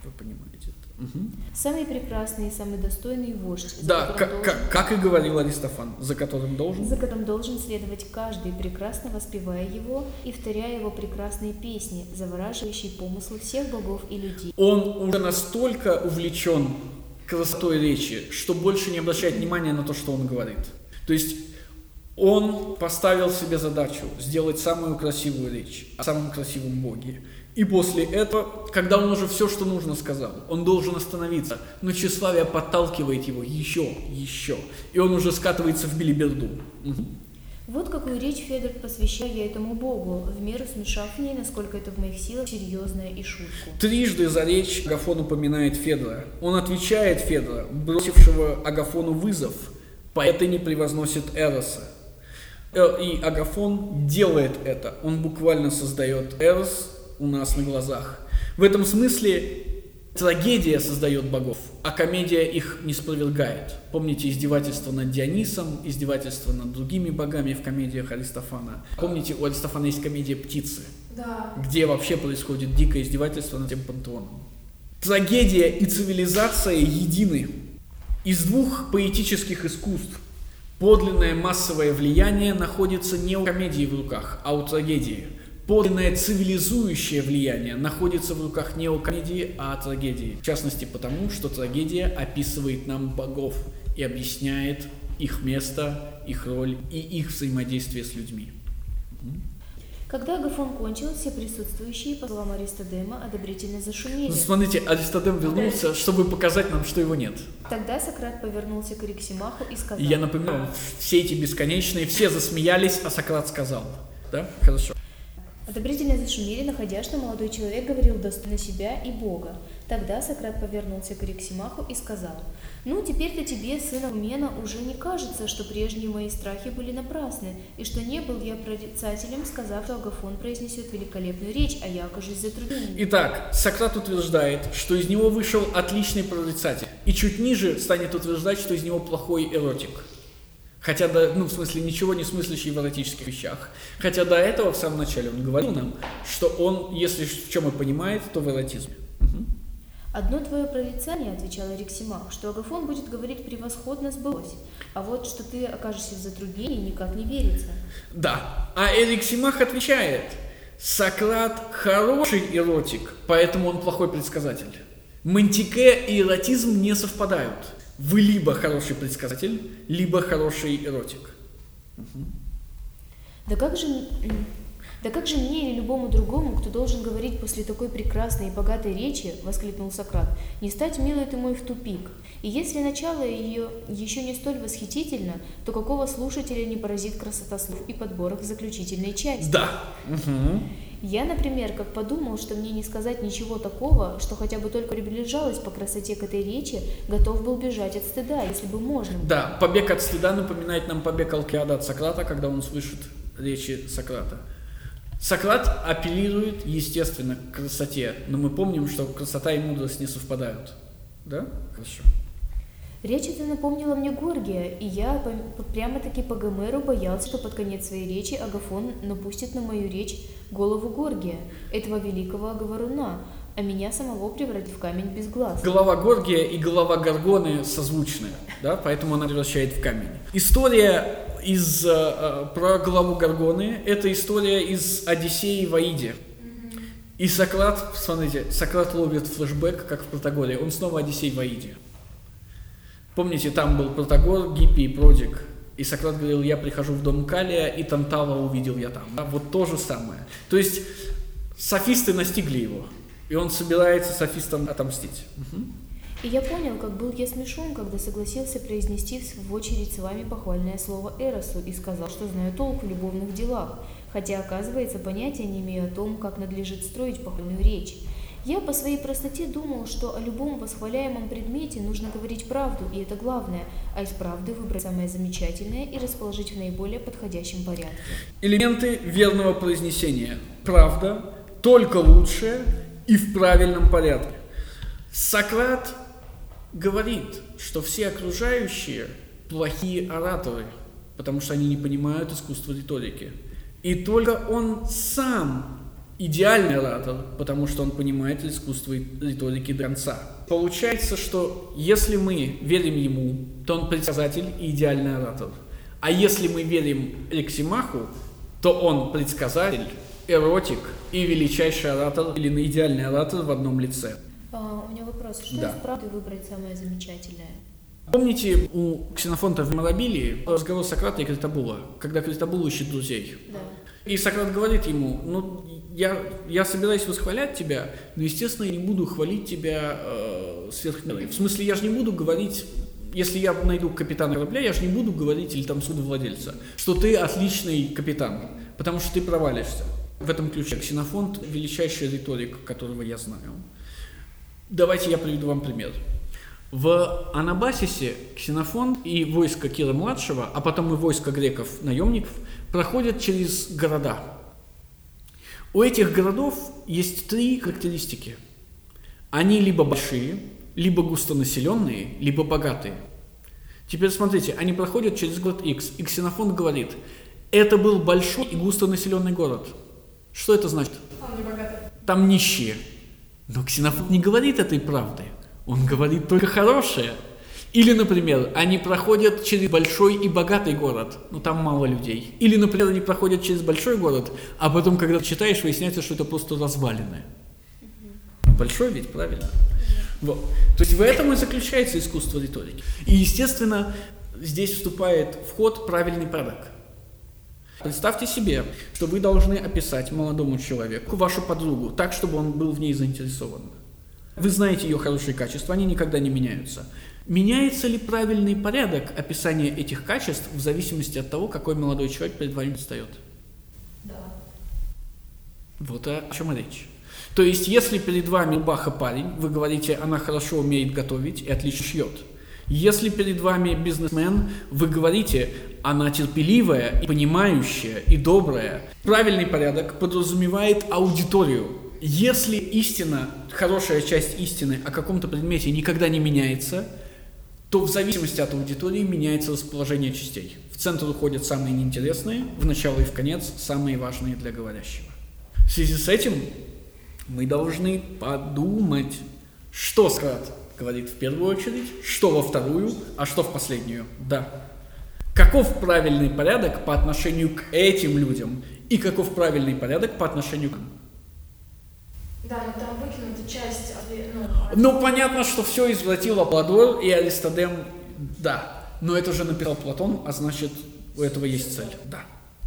вы понимаете это. Угу. Самый прекрасный и самый достойный вождь, за Да, которым как, должен- как, как и говорил Аристофан, за которым должен. за которым должен следовать каждый, прекрасно воспевая его и вторяя его прекрасные песни, завораживающие помыслы всех богов и людей. Он уже настолько увлечен красотой речи, что больше не обращает внимания на то, что он говорит. То есть он поставил себе задачу сделать самую красивую речь о самом красивом Боге. И после этого, когда он уже все, что нужно, сказал, он должен остановиться, но тщеславие подталкивает его еще, еще, и он уже скатывается в билиберду. Угу. Вот какую речь, Федор, посвящаю я этому Богу, в меру смешав в ней, насколько это в моих силах, серьезное и шутку. Трижды за речь Агафон упоминает Федора. Он отвечает Федора, бросившего Агафону вызов, поэты не превозносят Эроса. И Агафон делает это, он буквально создает Эрос у нас на глазах. В этом смысле трагедия создает богов, а комедия их не спровергает. Помните издевательство над Дионисом, издевательство над другими богами в комедиях Аристофана. Помните, у Аристофана есть комедия «Птицы», Да. где вообще происходит дикое издевательство над тем пантеоном. Трагедия и цивилизация едины. Из двух поэтических искусств подлинное массовое влияние находится не у комедии в руках, а у трагедии. Подлинное цивилизующее влияние находится в руках не у комедии, а о трагедии. В частности, потому, что трагедия описывает нам богов и объясняет их место, их роль и их взаимодействие с людьми. Когда Агафон кончил, все присутствующие, по словам Аристодема, одобрительно зашумели. Смотрите, Аристодем вернулся, чтобы показать нам, что его нет. Тогда Сократ повернулся к Эриксимаху и сказал: И я напоминаю, все эти бесконечные, все засмеялись, а Сократ сказал. Да? Хорошо. Одобрительно зашумели, находя, что молодой человек говорил достойно себя и Бога. Тогда Сократ повернулся к Эриксимаху и сказал: «Ну, теперь-то тебе, сын Алкмена, уже не кажется, что прежние мои страхи были напрасны, и что не был я прорицателем, сказав, что Агафон произнесет великолепную речь, а я окажусь затрудненным». Итак, Сократ утверждает, что из него вышел отличный прорицатель, и чуть ниже станет утверждать, что из него плохой эротик. Хотя, до, ну, в смысле, ничего не смыслящий в эротических вещах. Хотя до этого, в самом начале, он говорил нам, что он, если в чем и понимает, то в эротизме. Угу. «Одно твое прорицание, — отвечал Эриксимах, — что Агафон будет говорить превосходно сбылось, а вот что ты окажешься в затруднении, никак не верится». Да, а Эриксимах отвечает: Сократ хороший эротик, поэтому он плохой предсказатель. Мантике и эротизм не совпадают. Вы либо хороший предсказатель, либо хороший эротик. Угу. Да как же, да как же мне или любому другому, кто должен говорить после такой прекрасной и богатой речи, — воскликнул Сократ, — не стать, милый ты мой, в тупик? И если начало ее еще не столь восхитительно, то какого слушателя не поразит красота слов и подборок в заключительной части? Да. Угу. Я, например, как подумал, что мне не сказать ничего такого, что хотя бы только приближалось по красоте к этой речи, готов был бежать от стыда, если бы можно. Да, побег от стыда напоминает нам побег Алкиада от Сократа, когда он слышит речи Сократа. Сократ апеллирует, естественно, к красоте, но мы помним, что красота и мудрость не совпадают. Да? Хорошо. Речь эта напомнила мне Горгия, и я по- прямо-таки по Гомеру боялся, что под конец своей речи Агафон напустит на мою речь голову Горгия, этого великого говоруна, а меня самого превратит в камень без глаз. Голова Горгия и голова Горгоны созвучны, да? Поэтому она превращает в камень. История из, э, про голову Горгоны – это история из Одиссеи в Аиде. И Сократ, смотрите, Сократ ловит флешбэк, как в Протагоре, он снова Одиссей в Аиде. Помните, там был Протагор, Гиппий и Продик. И Сократ говорил: я прихожу в дом Калия, и Тантала увидел я там. А вот то же самое. То есть софисты настигли его, и он собирается софистам отомстить. Угу. И я понял, как был я смешон, когда согласился произнести в очередь с вами похвальное слово Эросу и сказал, что знаю толк в любовных делах, хотя, оказывается, понятия не имею о том, как надлежит строить похвальную речь. Я по своей простоте думал, что о любом восхваляемом предмете нужно говорить правду, и это главное, а из правды выбрать самое замечательное и расположить в наиболее подходящем порядке. Элементы верного произнесения. Правда, только лучшее и в правильном порядке. Сократ говорит, что все окружающие плохие ораторы, потому что они не понимают искусства риторики. И только он сам идеальный оратор, потому что он понимает искусство риторики до конца. Получается, что если мы верим ему, то он предсказатель и идеальный оратор. А если мы верим Эриксимаху, то он предсказатель, эротик и величайший оратор или идеальный оратор в одном лице. А, у меня вопрос. Что Да. из правды выбрать самое замечательное? Помните, у Ксенофонта в Мирабилии разговор Сократа и Критабула, когда Критабул ищет друзей. Да. И Сократ говорит ему: ну, я, я собираюсь восхвалять тебя, но, естественно, я не буду хвалить тебя э, сверх меры. В смысле, я же не буду говорить, если я найду капитана корабля, я же не буду говорить, или там судовладельца, что ты отличный капитан, потому что ты провалишься. В этом ключе Ксенофонт – величайший риторик, которого я знаю. Давайте я приведу вам пример. В Анабасисе Ксенофонт и войско Кира-младшего, а потом и войско греков-наемников, проходят через города. У этих городов есть три характеристики. Они либо большие, либо густонаселенные, либо богатые. Теперь смотрите, они проходят через город X, и Ксенофонт говорит: это был большой и густонаселенный город. Что это значит? Он не богатый. Там нищие. Но Ксенофонт не говорит этой правды. Он говорит только хорошее. Или, например, они проходят через большой и богатый город, но там мало людей. Или, например, они проходят через большой город, а потом, когда ты читаешь, выясняется, что это просто развалины. Большой ведь, правильно? Вот. То есть в этом и заключается искусство риторики. И, естественно, здесь вступает в ход правильный порядок. Представьте себе, что вы должны описать молодому человеку вашу подругу так, чтобы он был в ней заинтересован. Вы знаете ее хорошие качества, они никогда не меняются. Меняется ли правильный порядок описания этих качеств в зависимости от того, какой молодой человек перед вами встает? Да. Вот о чем речь. То есть, если перед вами рубаха парень, вы говорите: она хорошо умеет готовить и отлично шьет. Если перед вами бизнесмен, вы говорите: она терпеливая, и понимающая и добрая. Правильный порядок подразумевает аудиторию. Если истина, хорошая часть истины о каком-то предмете никогда не меняется, то в зависимости от аудитории меняется расположение частей. В центр уходят самые неинтересные, в начало и в конец самые важные для говорящего. В связи с этим мы должны подумать, что Сократ говорит в первую очередь, что во вторую, а что в последнюю. Да. Каков правильный порядок по отношению к этим людям и каков правильный порядок по отношению к нам? Да, но там выкинута часть... Ну, Ну, понятно, что все извратил Аполлодор и Аристодем, да. Но это же написал Платон, а значит, у этого есть цель, да.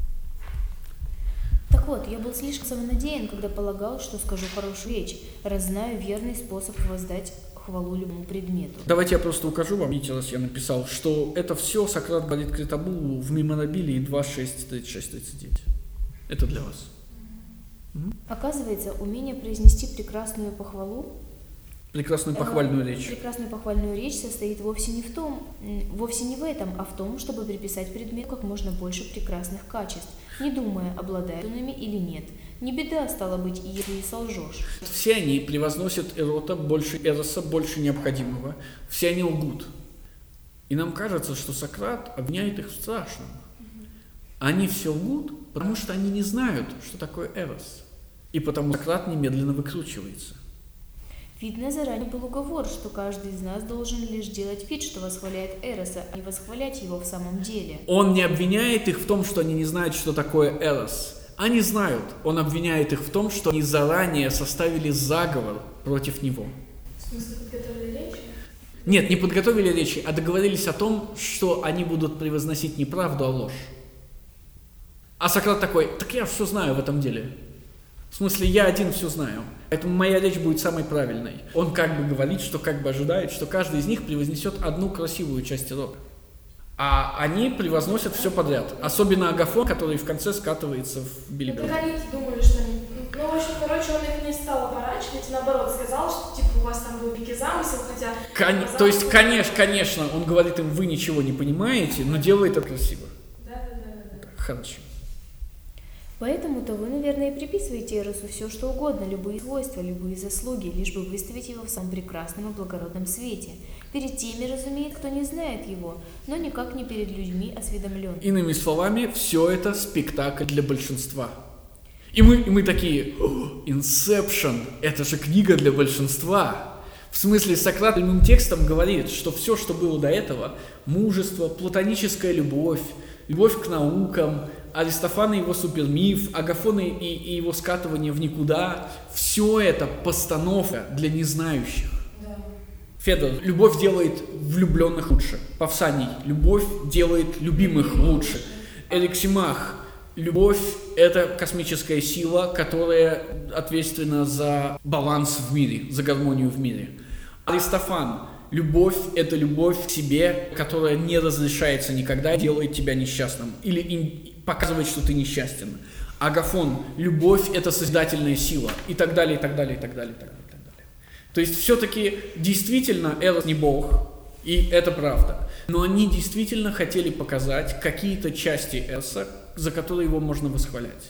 Так вот, я был слишком самонадеян, когда полагал, что скажу хорошую речь, раз знаю верный способ воздать хвалу любому предмету. Давайте я просто укажу вам, видите, раз я написал, что это все Сократ говорит Критабулу в Меморабилии два шесть тридцать шесть тридцать девять. Это для вас. Оказывается, умение произнести прекрасную похвалу, Прекрасную похвальную э, речь. прекрасную похвальную речь состоит вовсе не в том, м, вовсе не в этом, а в том, чтобы приписать предмету как можно больше прекрасных качеств, не думая, обладает он ими или нет. Не беда, стало быть, если и солжешь. Все они превозносят эрота больше эроса, больше необходимого. Все они лгут. И нам кажется, что Сократ обвиняет их в страшном. Они все лгут, потому что они не знают, что такое эрос. И потому Сократ немедленно выкручивается. Видно, заранее был уговор, что каждый из нас должен лишь делать вид, что восхваляет Эроса, а не восхвалять его в самом деле. Он не обвиняет их в том, что они не знают, что такое эрос. Они знают. Он обвиняет их в том, что они заранее составили заговор против него. В смысле, подготовили речь? Нет, не подготовили речи, а договорились о том, что они будут превозносить не правду, а ложь. А Сократ такой: так я все знаю в этом деле. В смысле, я один все знаю. Поэтому моя речь будет самой правильной. Он как бы говорит, что как бы ожидает, что каждый из них превознесет одну красивую часть эрота. А они превозносят все подряд. Особенно Агафон, который в конце скатывается в билиберду. Так они думали, что они... Ну, в общем, короче, он их не стал оборачивать, наоборот, сказал, что, типа, у вас там был великий замысел, хотя... Кон... То есть, конечно, конечно, он говорит им: вы ничего не понимаете, но делает это красиво. Да-да-да. Хорошо. Поэтому-то вы, наверное, и приписываете Эросу все, что угодно, любые свойства, любые заслуги, лишь бы выставить его в самом прекрасном и благородном свете. Перед теми, разумеется, кто не знает его, но никак не перед людьми осведомленными. Иными словами, все это спектакль для большинства. И мы, и мы такие: Inception, это же книга для большинства. В смысле, Сократ прямым текстом говорит, что все, что было до этого, мужество, платоническая любовь, любовь к наукам, Аристофан и его супермиф, Агафон и, и его скатывание в никуда, все это постановка для незнающих. Да. Федор, любовь делает влюбленных лучше. Павсаний, любовь делает любимых лучше. Эриксимах, любовь – это космическая сила, которая ответственна за баланс в мире, за гармонию в мире. Аристофан, любовь – это любовь к себе, которая не разрешается никогда, делает тебя несчастным или ин- показывает, что ты несчастен. Агафон, любовь – это созидательная сила и так далее, и так далее, и так далее, и так далее. И так далее. То есть все-таки действительно Эрос не бог, и это правда. Но они действительно хотели показать какие-то части Эроса, за которые его можно восхвалять.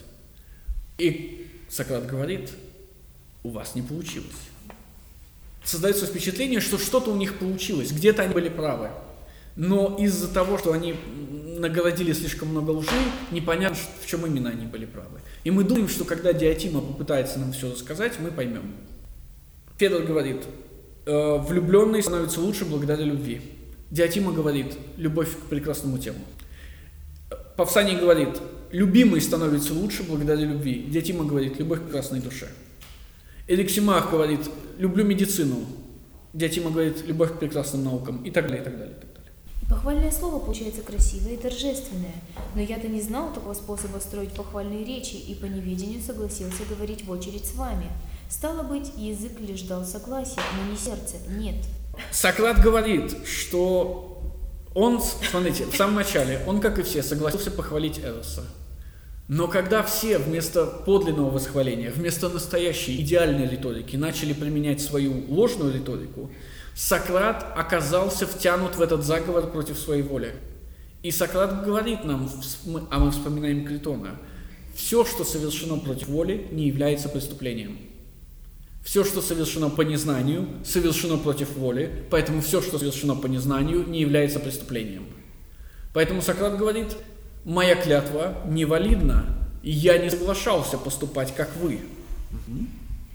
И Сократ говорит, у вас не получилось. Создается впечатление, что что-то у них получилось, где-то они были правы. Но из-за того, что они нагородили слишком много лжи, непонятно, в чем именно они были правы. И мы думаем, что когда Диотима попытается нам все рассказать, мы поймем. Федор говорит, э, влюбленный становится лучше благодаря любви. Диотима говорит, любовь к прекрасному телу. Павсаний говорит, любимый становится лучше благодаря любви. Диотима говорит, любовь к прекрасной душе. Эриксимах говорит, люблю медицину. Диотима говорит, любовь к прекрасным наукам. И так далее, и так далее, и так далее. Похвальное слово получается красивое и торжественное, но я-то не знал такого способа строить похвальные речи и по неведению согласился говорить в очередь с вами. Стало быть, язык лишь ждал согласия, но не сердце, нет. Сократ говорит, что он, смотрите, в самом начале, он, как и все, согласился похвалить Эроса. Но когда все вместо подлинного восхваления, вместо настоящей идеальной риторики начали применять свою ложную риторику, Сократ оказался втянут в этот заговор против своей воли. И Сократ говорит нам, а мы вспоминаем Критона, все, что совершено против воли, не является преступлением. Все, что совершено по незнанию, совершено против воли, поэтому все, что совершено по незнанию, не является преступлением. Поэтому Сократ говорит, моя клятва невалидна, и я не соглашался поступать, как вы. Угу.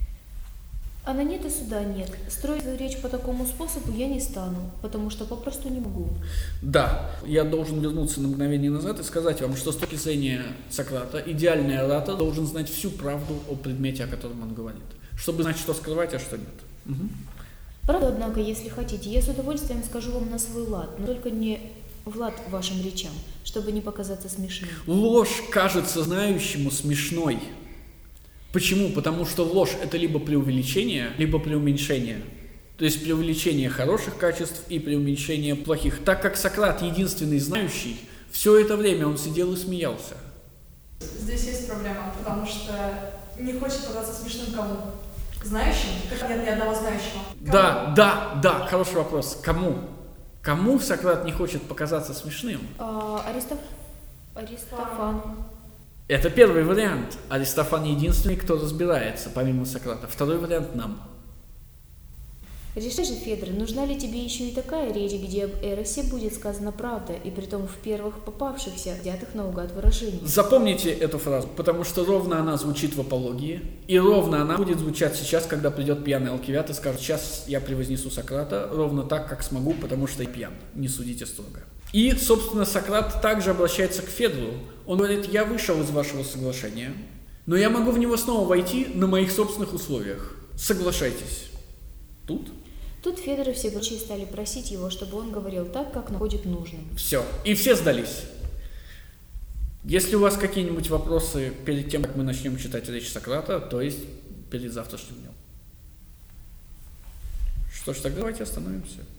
А на нет и суда нет. Строить свою речь по такому способу я не стану, потому что попросту не могу. Да, я должен вернуться на мгновение назад и сказать вам, что с точки зрения Сократа, идеальный оратор должен знать всю правду о предмете, о котором он говорит, чтобы знать, что скрывать, а что нет. Угу. Правда, однако, если хотите, я с удовольствием скажу вам на свой лад, но только не в лад вашим речам, чтобы не показаться смешным. Ложь кажется знающему смешной. Почему? Потому что ложь – это либо преувеличение, либо преуменьшение. То есть преувеличение хороших качеств и преуменьшение плохих. Так как Сократ единственный знающий, все это время он сидел и смеялся. Здесь есть проблема, потому что не хочет показаться смешным кому? Знающим? Так нет ни одного знающего. Кому? Да, да, да, хороший вопрос. Кому? Кому Сократ не хочет показаться смешным? А, Аристоф... Аристофан. Это первый вариант. Аристофан единственный, кто разбирается, помимо Сократа. Второй вариант нам. Реши же, Федор, нужна ли тебе еще и такая речь, где об Эросе будет сказана правда, и притом в первых попавшихся, взятых наугад выражениях? Запомните эту фразу, потому что ровно она звучит в апологии, и ровно она будет звучать сейчас, когда придет пьяный Алкивиад и скажет, сейчас я превознесу Сократа, ровно так, как смогу, потому что я пьян, не судите строго. И, собственно, Сократ также обращается к Федору. Он говорит, я вышел из вашего соглашения, но я могу в него снова войти на моих собственных условиях. Соглашайтесь. Тут? Тут Федор и все прочие стали просить его, чтобы он говорил так, как находит нужным. Все. И все сдались. Если у вас какие-нибудь вопросы перед тем, как мы начнем читать речь Сократа, то есть перед завтрашним днем. Что ж, тогда давайте остановимся.